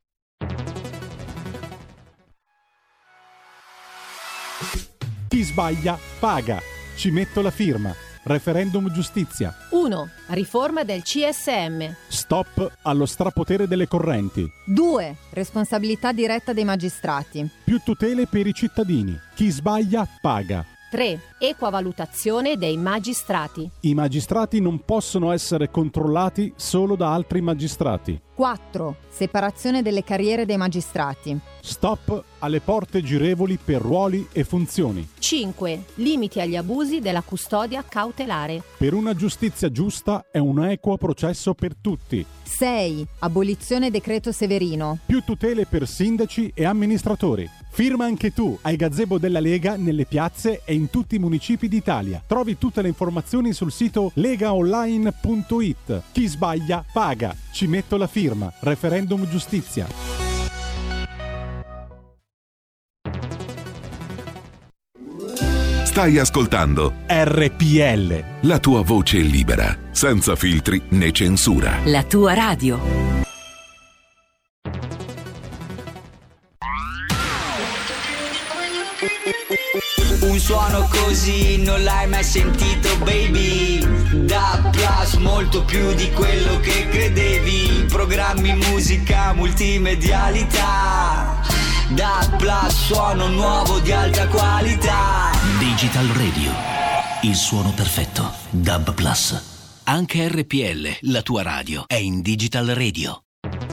Chi sbaglia paga. Ci metto la firma. Referendum giustizia. uno. Riforma del C S M. Stop allo strapotere delle correnti. due. Responsabilità diretta dei magistrati. Più tutele per i cittadini. Chi sbaglia paga. tre. Equa valutazione dei magistrati. I magistrati non possono essere controllati solo da altri magistrati. quattro. Separazione delle carriere dei magistrati. Stop alle porte girevoli per ruoli e funzioni. cinque. Limiti agli abusi della custodia cautelare. Per una giustizia giusta è un equo processo per tutti. sei. Abolizione decreto Severino. Più tutele per sindaci e amministratori. Firma anche tu ai gazebo della Lega nelle piazze e in tutti i municipi d'Italia. Trovi tutte le informazioni sul sito legaonline punto it. Chi sbaglia paga. Ci metto la firma. Referendum giustizia. Stai ascoltando R P L. La tua voce libera, senza filtri né censura. La tua radio. Un suono così non l'hai mai sentito, baby. Da Plus, molto più di quello che credevi. Programmi, musica, multimedialità. Da Plus, suono nuovo di alta qualità. Digital Radio, il suono perfetto. D A B Plus. Anche R P L, la tua radio, è in Digital Radio.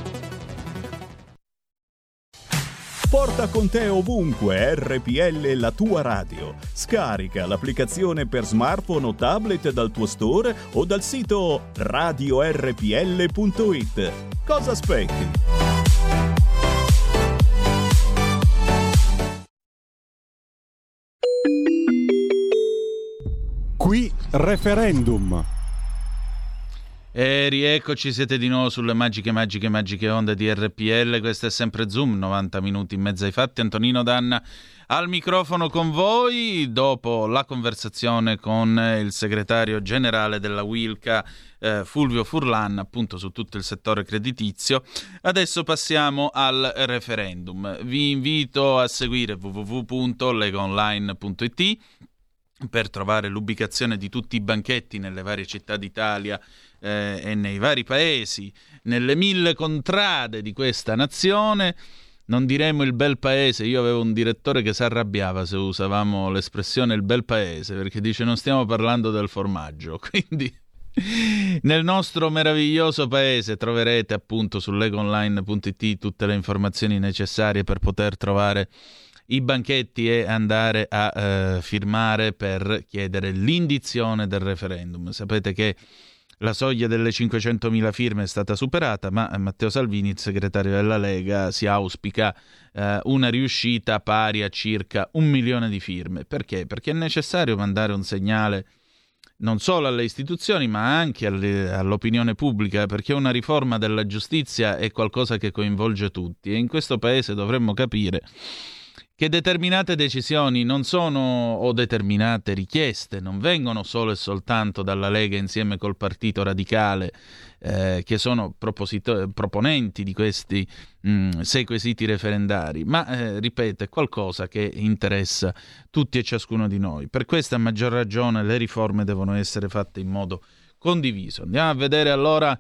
Porta con te ovunque R P L, la tua radio. Scarica l'applicazione per smartphone o tablet dal tuo store o dal sito radio R P L punto it. Cosa aspetti? Qui referendum. E rieccoci, siete di nuovo sulle magiche, magiche, magiche onde di R P L. Questo è sempre Zoom, novanta minuti in mezzo ai fatti. Antonino Danna al microfono con voi, dopo la conversazione con il segretario generale della Wilca, eh, Fulvio Furlan, appunto su tutto il settore creditizio. Adesso passiamo al referendum. Vi invito a seguire w w w punto legaonline punto it per trovare l'ubicazione di tutti i banchetti nelle varie città d'Italia eh, e nei vari paesi, nelle mille contrade di questa nazione. Non diremo il bel paese. Io avevo un direttore che si arrabbiava se usavamo l'espressione il bel paese, perché dice non stiamo parlando del formaggio. Quindi nel nostro meraviglioso paese troverete appunto su legaonline punto it tutte le informazioni necessarie per poter trovare i banchetti e andare a eh, firmare per chiedere l'indizione del referendum. Sapete che la soglia delle cinquecentomila firme è stata superata, ma Matteo Salvini, il segretario della Lega, si auspica eh, una riuscita pari a circa un milione di firme. Perché? Perché è necessario mandare un segnale non solo alle istituzioni, ma anche alle, all'opinione pubblica, perché una riforma della giustizia è qualcosa che coinvolge tutti e in questo paese dovremmo capire che determinate decisioni non sono, o determinate richieste, non vengono solo e soltanto dalla Lega insieme col Partito Radicale, eh, che sono proposito- proponenti di questi mh, sei quesiti referendari, ma, eh, ripeto, è qualcosa che interessa tutti e ciascuno di noi. Per questa, a maggior ragione, le riforme devono essere fatte in modo condiviso. Andiamo a vedere allora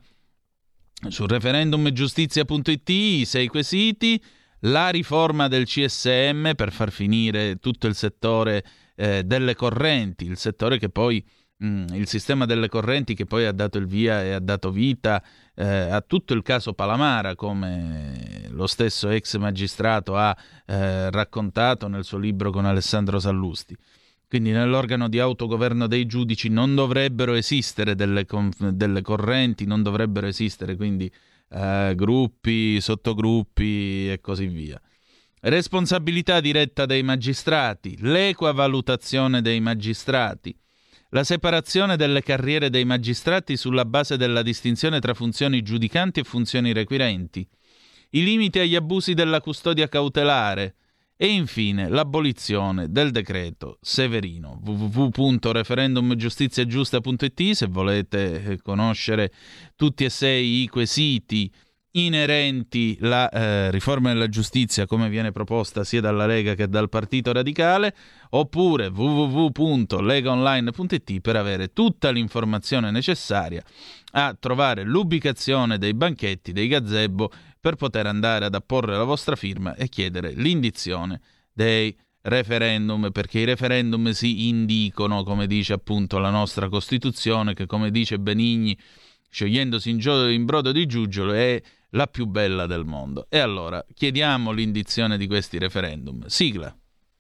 su referendum giustizia punto it i sei quesiti. La riforma del C S M per far finire tutto il settore eh, delle correnti, il settore che poi, mh, il sistema delle correnti che poi ha dato il via e ha dato vita eh, a tutto il caso Palamara, come lo stesso ex magistrato ha eh, raccontato nel suo libro con Alessandro Sallusti. Quindi nell'organo di autogoverno dei giudici non dovrebbero esistere delle, con- delle correnti, non dovrebbero esistere quindi Uh, gruppi, sottogruppi e così via. Responsabilità diretta dei magistrati, l'equa valutazione dei magistrati, la separazione delle carriere dei magistrati sulla base della distinzione tra funzioni giudicanti e funzioni requirenti, i limiti agli abusi della custodia cautelare e infine l'abolizione del decreto Severino. w w w punto referendum giustizia giusta punto it se volete conoscere tutti e sei i quesiti inerenti la eh, riforma della giustizia come viene proposta sia dalla Lega che dal Partito Radicale, oppure w w w punto lega online punto i t per avere tutta l'informazione necessaria a trovare l'ubicazione dei banchetti, dei gazebo, per poter andare ad apporre la vostra firma e chiedere l'indizione dei referendum, perché i referendum si indicono, come dice appunto la nostra Costituzione, che come dice Benigni, sciogliendosi in, gio- in brodo di giuggiolo, è la più bella del mondo. E allora chiediamo l'indizione di questi referendum. Sigla.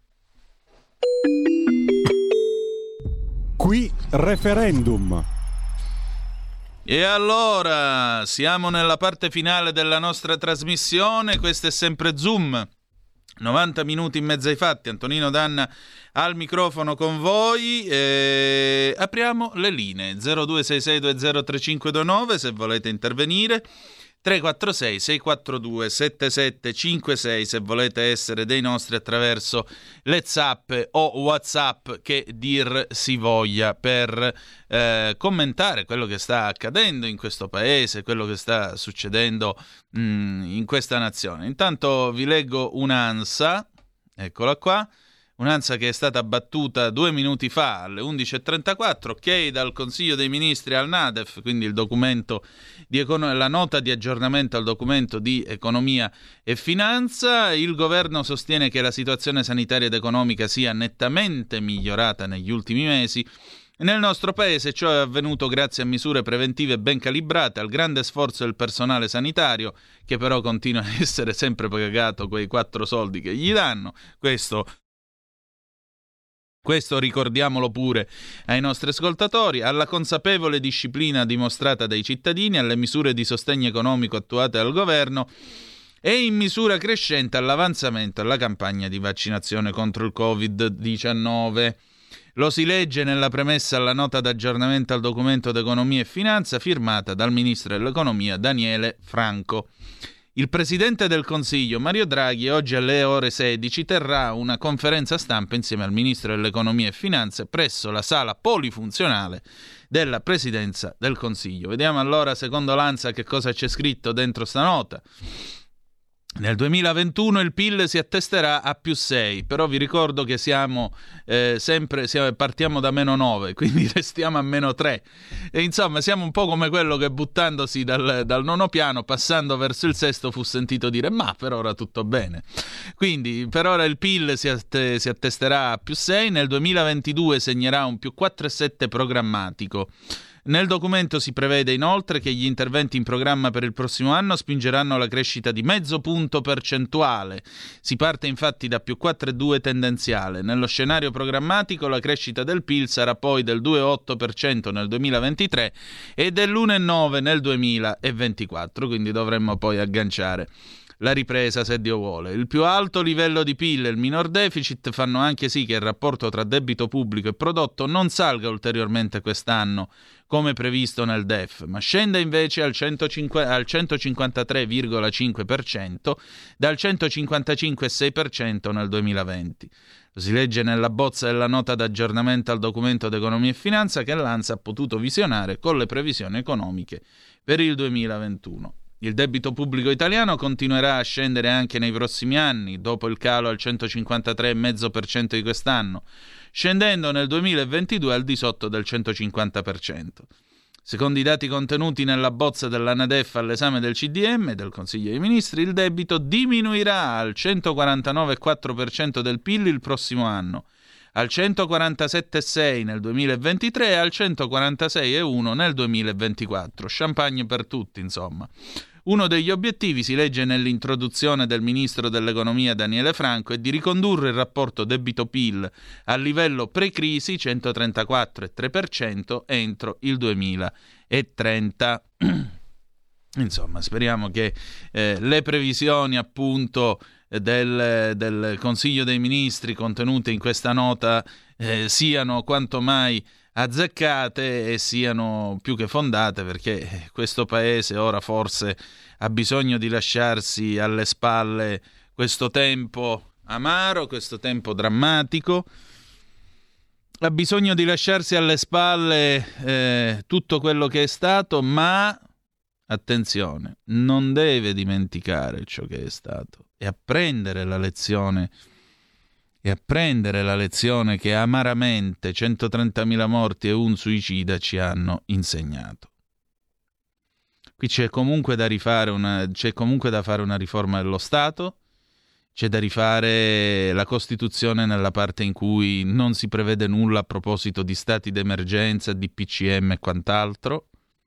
Qui referendum. E allora siamo nella parte finale della nostra trasmissione. Questo è sempre Zoom, novanta minuti in mezzo ai fatti. Antonino Danna al microfono con voi. E apriamo le linee zero due sei sei due zero tre cinque due nove se volete intervenire, tre quattro sei sei quattro due sette sette cinque sei se volete essere dei nostri attraverso le Zap o WhatsApp, che dir si voglia, per eh, commentare quello che sta accadendo in questo paese, quello che sta succedendo mh, in questa nazione. Intanto vi leggo un'ansa, eccola qua. Un'ansa che è stata battuta due minuti fa alle undici e trentaquattro, ok, dal Consiglio dei Ministri al NADEF, quindi il documento di econo- la nota di aggiornamento al documento di economia e finanza. Il governo sostiene che la situazione sanitaria ed economica sia nettamente migliorata negli ultimi mesi. Nel nostro paese ciò è avvenuto grazie a misure preventive ben calibrate, al grande sforzo del personale sanitario, che però continua a essere sempre pagato quei quattro soldi che gli danno. Questo Questo ricordiamolo pure ai nostri ascoltatori, alla consapevole disciplina dimostrata dai cittadini, alle misure di sostegno economico attuate dal governo e in misura crescente all'avanzamento alla campagna di vaccinazione contro il covid diciannove. Lo si legge nella premessa alla nota d'aggiornamento al documento d'economia e finanza firmata dal ministro dell'economia Daniele Franco. Il Presidente del Consiglio, Mario Draghi, oggi alle ore sedici terrà una conferenza stampa insieme al Ministro dell'Economia e Finanze presso la sala polifunzionale della Presidenza del Consiglio. Vediamo allora, secondo l'ANSA, che cosa c'è scritto dentro sta nota. Nel duemilaventuno il P I L si attesterà a più sei, però vi ricordo che siamo eh, sempre siamo, partiamo da meno nove, quindi restiamo a meno tre. E insomma siamo un po' come quello che buttandosi dal, dal nono piano, passando verso il sesto, fu sentito dire ma per ora tutto bene. Quindi per ora il P I L si, att- si attesterà a più sei, nel duemilaventidue segnerà un più quattro virgola sette programmatico. Nel documento si prevede inoltre che gli interventi in programma per il prossimo anno spingeranno la crescita di mezzo punto percentuale. Si parte infatti da più quattro virgola due tendenziale. Nello scenario programmatico la crescita del P I L sarà poi del due virgola otto per cento nel duemilaventitré e dell'uno virgola nove per cento nel duemilaventiquattro, quindi dovremmo poi agganciare la ripresa se Dio vuole. Il più alto livello di P I L e il minor deficit fanno anche sì che il rapporto tra debito pubblico e prodotto non salga ulteriormente quest'anno come previsto nel D E F, ma scende invece al, centocinque, al centocinquantatré virgola cinque per cento dal centocinquantacinque virgola sei per cento nel duemilaventi. Lo si legge nella bozza della nota d'aggiornamento al documento d'economia e finanza che l'ANSA ha potuto visionare con le previsioni economiche per il duemilaventuno. Il debito pubblico italiano continuerà a scendere anche nei prossimi anni, dopo il calo al centocinquantatré virgola cinque per cento di quest'anno, scendendo nel duemilaventidue al di sotto del centocinquanta per cento. Secondo i dati contenuti nella bozza della NADEF all'esame del C D M, del Consiglio dei Ministri, il debito diminuirà al centoquarantanove virgola quattro per cento del P I L il prossimo anno, al centoquarantasette virgola sei per cento nel duemilaventitré e al centoquarantasei virgola uno per cento nel duemilaventiquattro. Champagne per tutti, insomma. Uno degli obiettivi, si legge nell'introduzione del ministro dell'economia Daniele Franco, è di ricondurre il rapporto debito-P I L al livello pre-crisi centotrentaquattro virgola tre per cento entro il duemilatrenta. Insomma, speriamo che eh, le previsioni appunto del, del Consiglio dei Ministri contenute in questa nota eh, siano quanto mai azzeccate e siano più che fondate, perché questo paese ora forse ha bisogno di lasciarsi alle spalle questo tempo amaro, questo tempo drammatico, ha bisogno di lasciarsi alle spalle eh, tutto quello che è stato, ma attenzione, non deve dimenticare ciò che è stato e apprendere la lezione e apprendere la lezione che amaramente centotrentamila morti e un suicida ci hanno insegnato. Qui c'è comunque da rifare una, c'è comunque da fare una riforma dello Stato, c'è da rifare la Costituzione nella parte in cui non si prevede nulla a proposito di stati d'emergenza, di P C M e quant'altro.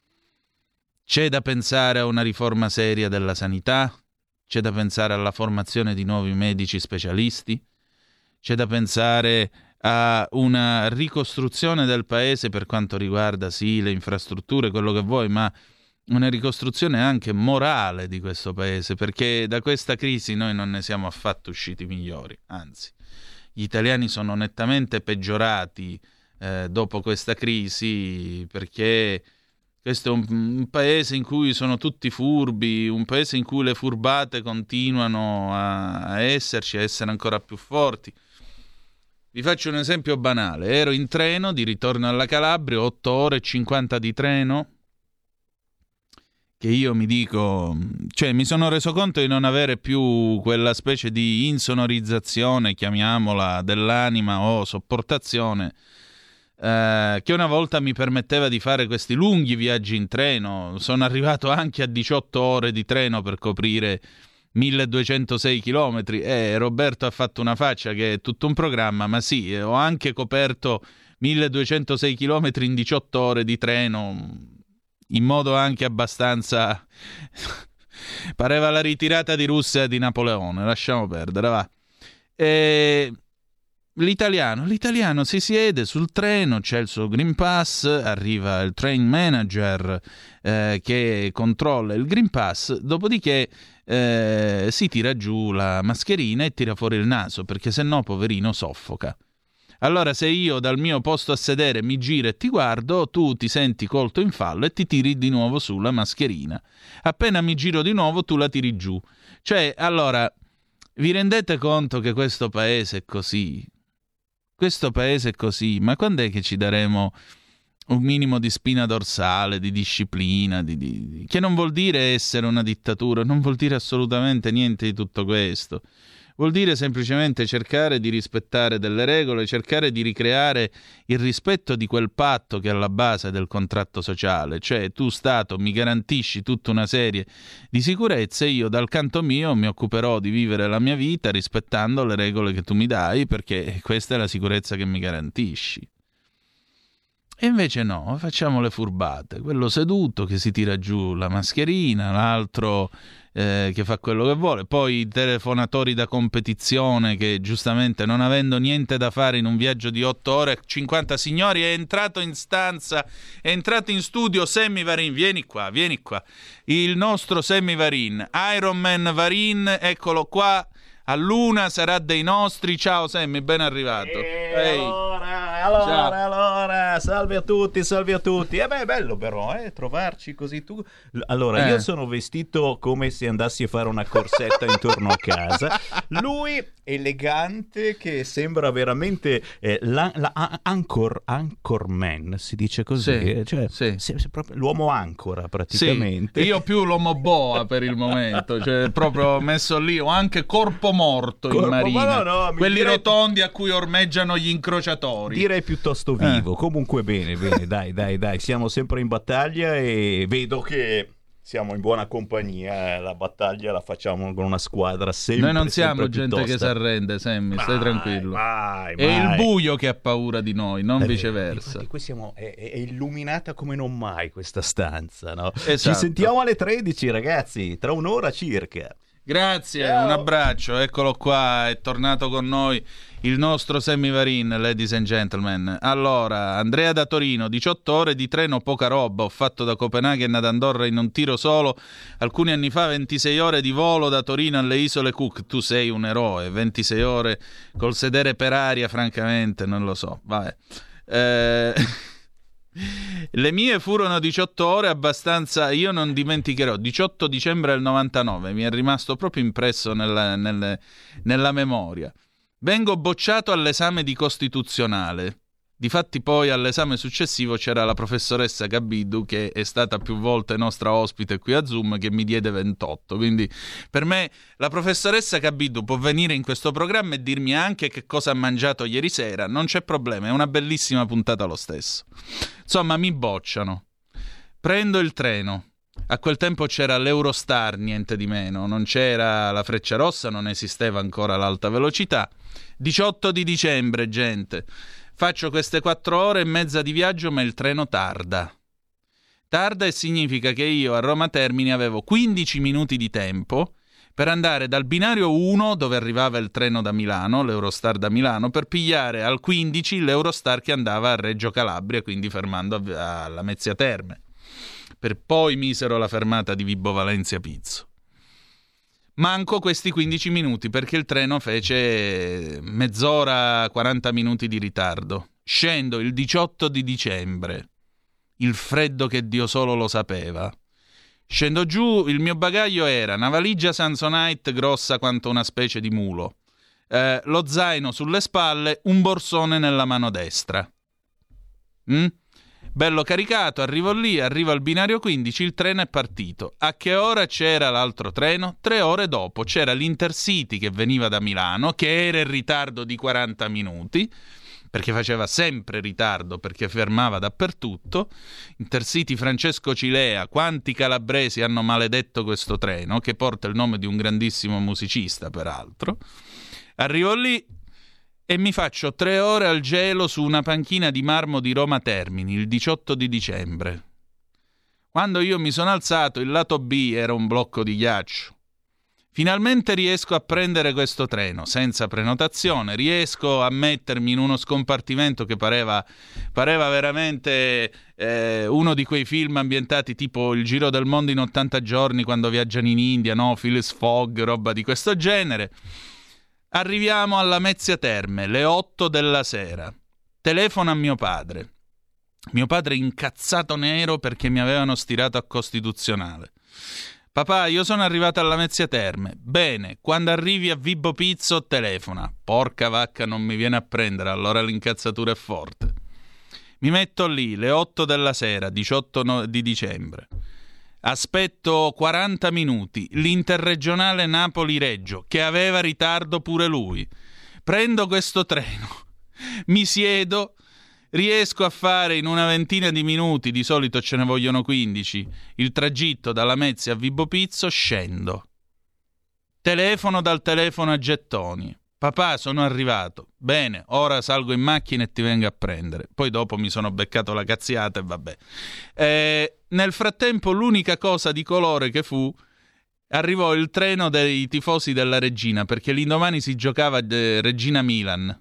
C'è da pensare a una riforma seria della sanità, c'è da pensare alla formazione di nuovi medici specialisti, c'è da pensare a una ricostruzione del paese per quanto riguarda sì le infrastrutture, quello che vuoi, ma una ricostruzione anche morale di questo paese, perché da questa crisi noi non ne siamo affatto usciti migliori, anzi gli italiani sono nettamente peggiorati eh, dopo questa crisi, perché questo è un, un paese in cui sono tutti furbi, un paese in cui le furbate continuano a, a esserci, a essere ancora più forti. Vi faccio un esempio banale: ero in treno di ritorno alla Calabria, otto ore e cinquanta di treno, che io mi dico, cioè mi sono reso conto di non avere più quella specie di insonorizzazione, chiamiamola, dell'anima o sopportazione, eh, che una volta mi permetteva di fare questi lunghi viaggi in treno. Sono arrivato anche a diciotto ore di treno per coprire milleduecentosei chilometri e Roberto ha fatto una faccia che è tutto un programma, ma sì, ho anche coperto milleduecentosei chilometri in diciotto ore di treno, in modo anche abbastanza pareva la ritirata di Russia e di Napoleone, lasciamo perdere, va. E l'italiano l'italiano si siede sul treno, c'è il suo Green Pass, arriva il train manager eh, che controlla il Green Pass, dopodiché eh, si tira giù la mascherina e tira fuori il naso, perché sennò poverino soffoca. Allora se io dal mio posto a sedere mi giro e ti guardo, tu ti senti colto in fallo e ti tiri di nuovo su la mascherina. Appena mi giro di nuovo tu la tiri giù. Cioè, allora, vi rendete conto che questo paese è così? Questo paese è così, ma quando è che ci daremo un minimo di spina dorsale, di disciplina, di, di, che non vuol dire essere una dittatura, non vuol dire assolutamente niente di tutto questo. Vuol dire semplicemente cercare di rispettare delle regole, cercare di ricreare il rispetto di quel patto che è alla base del contratto sociale, cioè tu Stato mi garantisci tutta una serie di sicurezze, io dal canto mio mi occuperò di vivere la mia vita rispettando le regole che tu mi dai, perché questa è la sicurezza che mi garantisci. E invece no, facciamo le furbate, quello seduto che si tira giù la mascherina, l'altro eh, che fa quello che vuole, poi i telefonatori da competizione che giustamente non avendo niente da fare in un viaggio di otto ore e cinquanta, signori è entrato in stanza, è entrato in studio Sammy Varin, vieni qua, vieni qua, il nostro Sammy Varin, Iron Man Varin, eccolo qua, a Luna sarà dei nostri, ciao Sammy, ben arrivato. E Ehi. allora, allora, allora, salve a tutti, salve a tutti. E beh, è bello però, eh, trovarci così tu. Allora, Eh. io sono vestito come se andassi a fare una corsetta intorno a casa. Lui elegante che sembra veramente eh, la, la a- anchor, anchorman, si dice così, Sì, eh, cioè sì. se- se proprio l'uomo ancora praticamente. Sì, io più l'uomo boa per il momento, cioè proprio messo lì, ho anche corpo morto Corpo- in marina, ma no, no, mi quelli direi- rotondi a cui ormeggiano gli incrociatori. Direi piuttosto vivo. Comunque bene, bene, dai, dai, dai, siamo sempre in battaglia e vedo che siamo in buona compagnia, la battaglia la facciamo con una squadra sempre. Noi non siamo sempre gente che si piuttosta- arrende, Sammy, stai Mai, tranquillo. mai, È il mai. buio che ha paura di noi, non Eh, viceversa. Infatti qui siamo, è, è illuminata come non mai questa stanza, no? Ci Esatto. sentiamo alle tredici, ragazzi, tra un'ora circa. Grazie, Ciao. un abbraccio, eccolo qua, è tornato con noi il nostro Sammy Varin, ladies and gentlemen. Allora, Andrea da Torino, diciotto ore di treno, poca roba, ho fatto da Copenaghen ad Andorra in un tiro solo, alcuni anni fa ventisei ore di volo da Torino alle isole Cook, tu sei un eroe, ventisei ore col sedere per aria, francamente, non lo so, vabbè. Eh... Le mie furono diciotto ore abbastanza, io non dimenticherò, diciotto dicembre del novantanove, mi è rimasto proprio impresso nella, nelle- nella memoria. Vengo bocciato all'esame di costituzionale. Difatti poi all'esame successivo c'era la professoressa Gabiddu, che è stata più volte nostra ospite qui a Zoom, che mi diede ventotto. Quindi per me la professoressa Gabiddu può venire in questo programma e dirmi anche che cosa ha mangiato ieri sera, non c'è problema, è una bellissima puntata lo stesso. Insomma, mi bocciano. Prendo il treno. A quel tempo c'era l'Eurostar, niente di meno, non c'era la Freccia Rossa, non esisteva ancora l'alta velocità. diciotto di dicembre, gente. Faccio queste quattro ore e mezza di viaggio, ma il treno tarda. Tarda e significa che io a Roma Termini avevo quindici minuti di tempo per andare dal binario uno, dove arrivava il treno da Milano, l'Eurostar da Milano, per pigliare al quindici l'Eurostar che andava a Reggio Calabria, quindi fermando a, a Lamezia Terme. Per poi misero la fermata di Vibo Valencia Pizzo. Manco questi quindici minuti perché il treno fece mezz'ora, quaranta minuti di ritardo. Scendo il diciotto di dicembre. Il freddo che Dio solo lo sapeva. Scendo giù, il mio bagaglio era una valigia Samsonite grossa quanto una specie di mulo, eh, lo zaino sulle spalle, un borsone nella mano destra. Mm? Bello caricato, arrivo lì, arrivo al binario quindici, il treno è partito. A che ora c'era l'altro treno? Tre ore dopo c'era l'Intercity che veniva da Milano, che era in ritardo di quaranta minuti, perché faceva sempre ritardo, perché fermava dappertutto. Intercity Francesco Cilea, quanti calabresi hanno maledetto questo treno, che porta il nome di un grandissimo musicista, peraltro. Arrivo lì e mi faccio tre ore al gelo su una panchina di marmo di Roma Termini, il diciotto di dicembre. Quando io mi sono alzato, il lato B era un blocco di ghiaccio. Finalmente riesco a prendere questo treno, senza prenotazione, riesco a mettermi in uno scompartimento che pareva, pareva veramente eh, uno di quei film ambientati tipo Il Giro del Mondo in ottanta giorni, quando viaggiano in India, no? Phileas Fogg, roba di questo genere. Arriviamo alla Lamezia Terme, le otto della sera. Telefono a mio padre. Mio padre incazzato nero perché mi avevano stirato a Costituzionale. Papà, io sono arrivato alla Lamezia Terme. Bene, quando arrivi a Vibo Pizzo telefona. Porca vacca, non mi viene a prendere, allora l'incazzatura è forte. Mi metto lì, le otto della sera, diciotto di dicembre. Aspetto quaranta minuti, l'interregionale Napoli-Reggio, che aveva ritardo pure lui. Prendo questo treno, mi siedo, riesco a fare in una ventina di minuti, di solito ce ne vogliono quindici, il tragitto da Lamezia a Vibo Pizzo, scendo. Telefono dal telefono a gettoni. Papà, sono arrivato. Bene, ora salgo in macchina e ti vengo a prendere. Poi dopo mi sono beccato la cazziata e vabbè. Eh, nel frattempo l'unica cosa di colore che fu, arrivò il treno dei tifosi della Regina, perché l'indomani si giocava eh, Regina-Milan.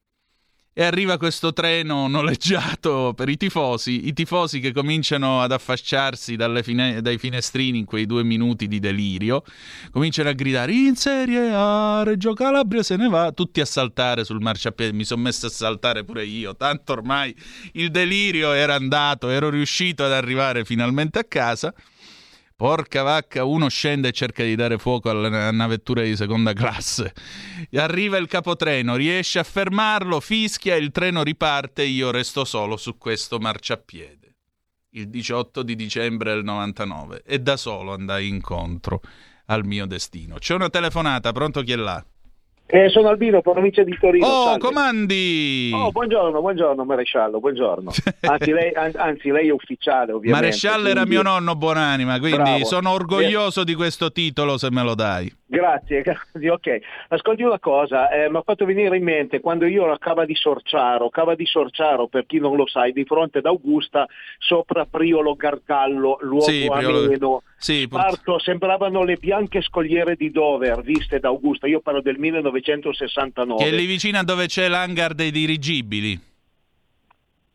E arriva questo treno noleggiato per i tifosi, i tifosi che cominciano ad affacciarsi dalle fine- dai finestrini in quei due minuti di delirio, cominciano a gridare in Serie A, Reggio Calabria se ne va, tutti a saltare sul marciapiede, mi sono messo a saltare pure io, tanto ormai il delirio era andato, ero riuscito ad arrivare finalmente a casa. Porca vacca, uno scende e cerca di dare fuoco alla navettura di seconda classe. Arriva il capotreno, riesce a fermarlo, fischia, il treno riparte e io resto solo su questo marciapiede. Il diciotto di dicembre del novantanove e da solo andai incontro al mio destino. C'è una telefonata, pronto, chi è là? Eh, sono Albino, provincia di Torino. Oh, salve. comandi! Oh, buongiorno, buongiorno maresciallo, buongiorno. Anzi lei, an- anzi, lei è ufficiale, ovviamente. Maresciallo quindi... era mio nonno, buonanima, quindi Bravo. sono orgoglioso di questo titolo se me lo dai. Grazie, grazie, ok. Ascolti una cosa, eh, mi ha fatto venire in mente quando io ero a Cava di Sorciaro, Cava di Sorciaro, per chi non lo sa, è di fronte ad Augusta, sopra Priolo Gargallo, luogo Sì, Priolo... ameno. Sì, Parto, sembravano le bianche scogliere di Dover viste da Augusta, io parlo del millenovecentosessantanove. Che è lì vicino a dove c'è l'hangar dei dirigibili.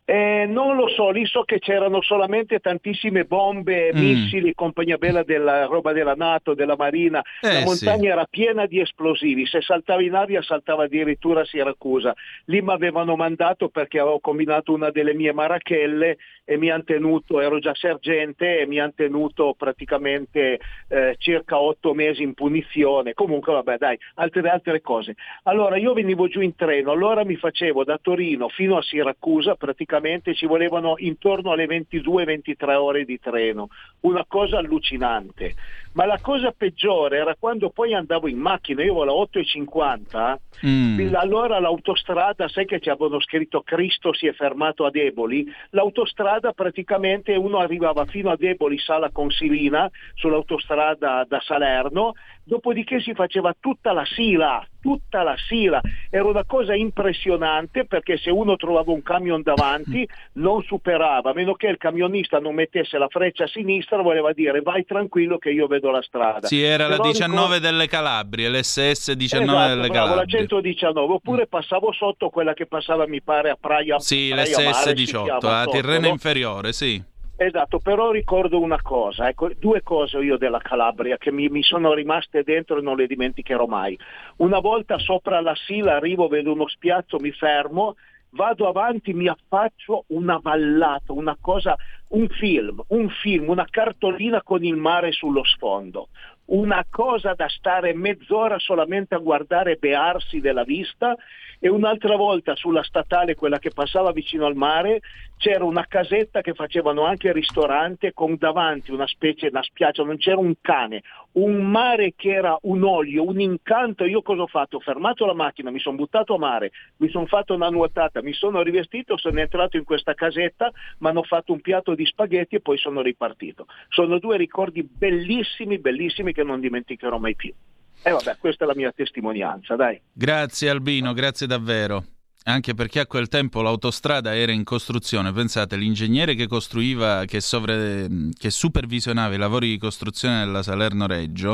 Eh, non lo so, lì so che c'erano solamente tantissime bombe, Mm. missili, compagnia bella della roba della NATO, della Marina, Eh, la montagna sì. era piena di esplosivi, se saltava in aria saltava addirittura a Siracusa. Lì mi avevano mandato perché avevo combinato una delle mie marachelle e mi hanno tenuto, ero già sergente e mi hanno tenuto praticamente eh, circa otto mesi in punizione. Comunque vabbè dai, altre altre cose. Allora io venivo giù in treno, allora mi facevo da Torino fino a Siracusa, praticamente ci volevano intorno alle ventidue ventitré ore di treno, una cosa allucinante. Ma la cosa peggiore era quando poi andavo in macchina, io avevo la otto e cinquanta, Mm. allora l'autostrada, sai che ci avevano scritto Cristo si è fermato ad Eboli, l'autostrada praticamente uno arrivava fino ad Eboli, Sala Consilina, sull'autostrada da Salerno, dopodiché si faceva tutta la Sila, tutta la Sila, era una cosa impressionante perché se uno trovava un camion davanti non superava, a meno che il camionista non mettesse la freccia a sinistra, voleva dire vai tranquillo che io vedo la strada. Sì, era Però la diciannove ricordo- delle Calabrie, l'esse esse diciannove Esatto, delle bravo, la Calabrie. centodiciannove, oppure passavo sotto quella che passava mi pare a Praia, Sì, Praia l'esse esse Mare, si diciotto, chiama la sotto, Tirrena no? inferiore, sì. Esatto, però ricordo una cosa, ecco, due cose io della Calabria che mi, mi sono rimaste dentro e non le dimenticherò mai. Una volta sopra la Sila arrivo, vedo uno spiazzo, mi fermo, vado avanti, mi affaccio una vallata, una cosa, un film, un film, una cartolina con il mare sullo sfondo. Una cosa da stare mezz'ora solamente a guardare e bearsi della vista, e un'altra volta sulla statale, quella che passava vicino al mare, c'era una casetta che facevano anche ristorante con davanti una specie, una spiaggia, non c'era un cane, un mare che era un olio, un incanto. Io cosa ho fatto? Ho fermato la macchina, mi sono buttato a mare, mi sono fatto una nuotata, mi sono rivestito, sono entrato in questa casetta, mi hanno fatto un piatto di spaghetti e poi sono ripartito. Sono due ricordi bellissimi, bellissimi che non dimenticherò mai più. E vabbè, questa è la mia testimonianza, dai. Grazie Albino, grazie davvero. Anche perché a quel tempo l'autostrada era in costruzione. Pensate, l'ingegnere che costruiva, che, sovre... che supervisionava i lavori di costruzione della Salerno-Reggio,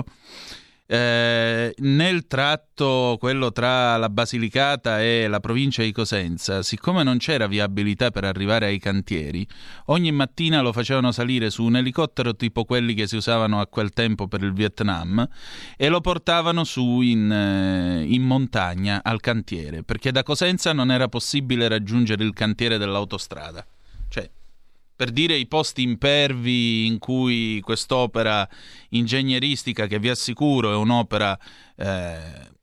eh, nel tratto, quello tra la Basilicata e la provincia di Cosenza, siccome non c'era viabilità per arrivare ai cantieri, ogni mattina lo facevano salire su un elicottero tipo quelli che si usavano a quel tempo per il Vietnam e lo portavano su in, eh, in montagna al cantiere, perché da Cosenza non era possibile raggiungere il cantiere dell'autostrada. Cioè, per dire i posti impervi in cui quest'opera ingegneristica, che vi assicuro è un'opera eh,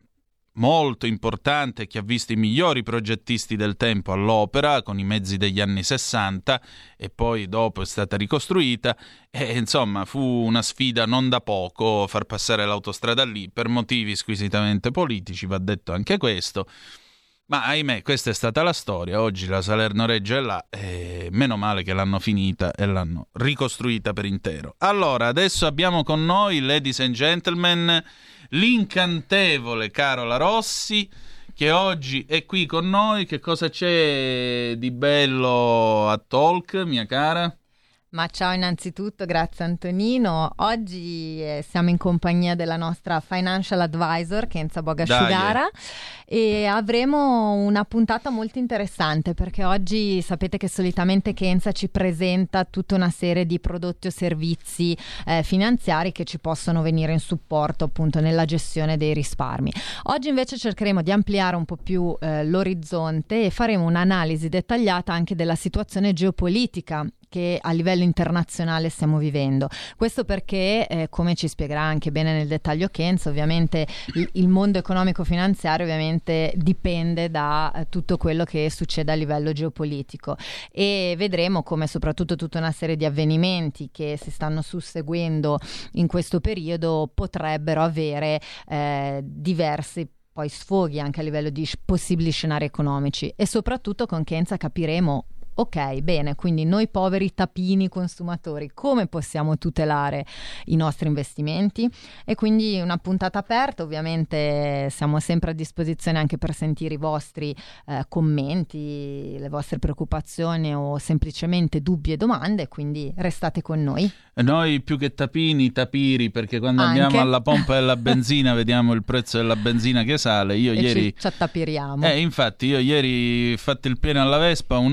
molto importante, che ha visto i migliori progettisti del tempo all'opera con i mezzi degli anni sessanta e poi dopo è stata ricostruita, e insomma fu una sfida non da poco far passare l'autostrada lì per motivi squisitamente politici, va detto anche questo. Ma ahimè, questa è stata la storia. Oggi la Salerno-Reggio è là, e meno male che l'hanno finita e l'hanno ricostruita per intero. Allora, adesso abbiamo con noi, ladies and gentlemen, l'incantevole Carola Rossi, che oggi è qui con noi. Che cosa c'è di bello a Talk, mia cara? Ma ciao innanzitutto, grazie Antonino. Oggi eh, siamo in compagnia della nostra financial advisor Kenza Bogasciugara e avremo una puntata molto interessante, perché oggi sapete che solitamente Kenza ci presenta tutta una serie di prodotti o servizi eh, finanziari che ci possono venire in supporto appunto nella gestione dei risparmi. Oggi invece cercheremo di ampliare un po' più eh, l'orizzonte e faremo un'analisi dettagliata anche della situazione geopolitica che a livello internazionale stiamo vivendo. Questo perché, eh, come ci spiegherà anche bene nel dettaglio Kenza, ovviamente il, il mondo economico-finanziario ovviamente dipende da eh, tutto quello che succede a livello geopolitico, e vedremo come soprattutto tutta una serie di avvenimenti che si stanno susseguendo in questo periodo potrebbero avere eh, diversi poi sfoghi anche a livello di possibili scenari economici, e soprattutto con Kenza capiremo: ok, bene, quindi noi poveri tapini consumatori come possiamo tutelare i nostri investimenti? E quindi una puntata aperta, ovviamente siamo sempre a disposizione anche per sentire i vostri eh, commenti, le vostre preoccupazioni o semplicemente dubbi e domande, quindi restate con noi. Noi più che tapini, tapiri, perché quando Anche. andiamo alla pompa della benzina vediamo il prezzo della benzina che sale. Io e ieri ci, ci attapiriamo. Eh, infatti io ieri ho fatto il pieno alla Vespa, un euro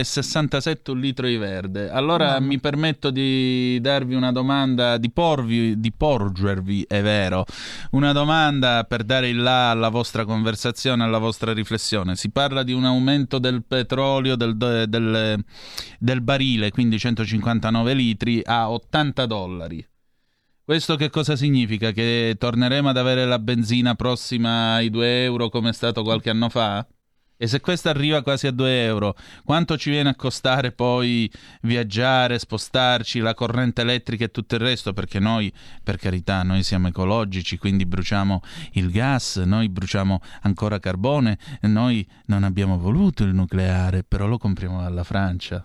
e sessantasette un litro di verde. Allora Mm. mi permetto di darvi una domanda, di porvi, di porgervi, è vero, una domanda per dare il là alla vostra conversazione, alla vostra riflessione. Si parla di un aumento del petrolio del, del, del barile, quindi centocinquantanove litri, a ottanta dollari. Questo che cosa significa? Che torneremo ad avere la benzina prossima ai due euro come è stato qualche anno fa? E se questa arriva quasi a due euro, quanto ci viene a costare poi viaggiare, spostarci, la corrente elettrica e tutto il resto? Perché noi, per carità, noi siamo ecologici, quindi bruciamo il gas, noi bruciamo ancora carbone, noi non abbiamo voluto il nucleare, però lo compriamo dalla Francia.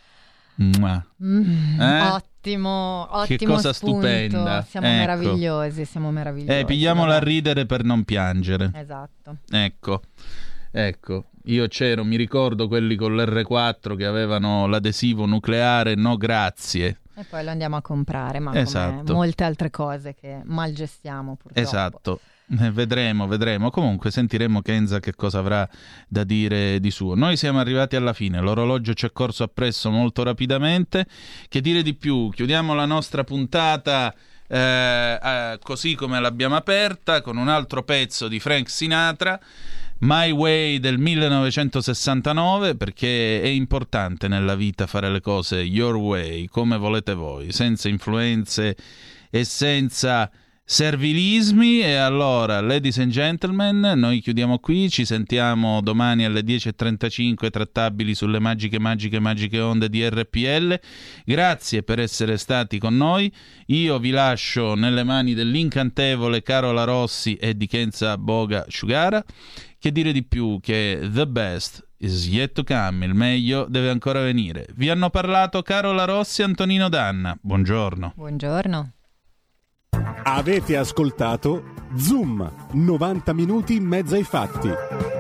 Mua. Mm, Eh? Ottimo, ottimo Che cosa spunto. stupenda. Siamo Ecco. meravigliosi, siamo meravigliosi. Eh, pigliamola a vabbè. ridere per non piangere. Esatto. Ecco, ecco, io c'ero, mi ricordo quelli con l'erre quattro che avevano l'adesivo nucleare, no grazie. E poi lo andiamo a comprare, ma Esatto. come molte altre cose che mal gestiamo purtroppo. Esatto. Eh, vedremo, vedremo. Comunque sentiremo Kenza che cosa avrà da dire di suo. Noi siamo arrivati alla fine, l'orologio ci è corso appresso molto rapidamente. Che dire di più? Chiudiamo la nostra puntata eh, eh, così come l'abbiamo aperta, con un altro pezzo di Frank Sinatra, My Way del millenovecentosessantanove, perché è importante nella vita fare le cose your way, come volete voi, senza influenze e senza servilismi. E allora, ladies and gentlemen, noi chiudiamo qui, ci sentiamo domani alle dieci e trentacinque, trattabili sulle magiche, magiche, magiche onde di erre pi elle. Grazie per essere stati con noi. Io vi lascio nelle mani dell'incantevole Carola Rossi e di Kenza Boga Sciugara. Che dire di più che the best is yet to come, il meglio deve ancora venire. Vi hanno parlato Carola Rossi e Antonino Danna. Buongiorno. Buongiorno. Avete ascoltato Zoom, novanta minuti in mezzo ai fatti.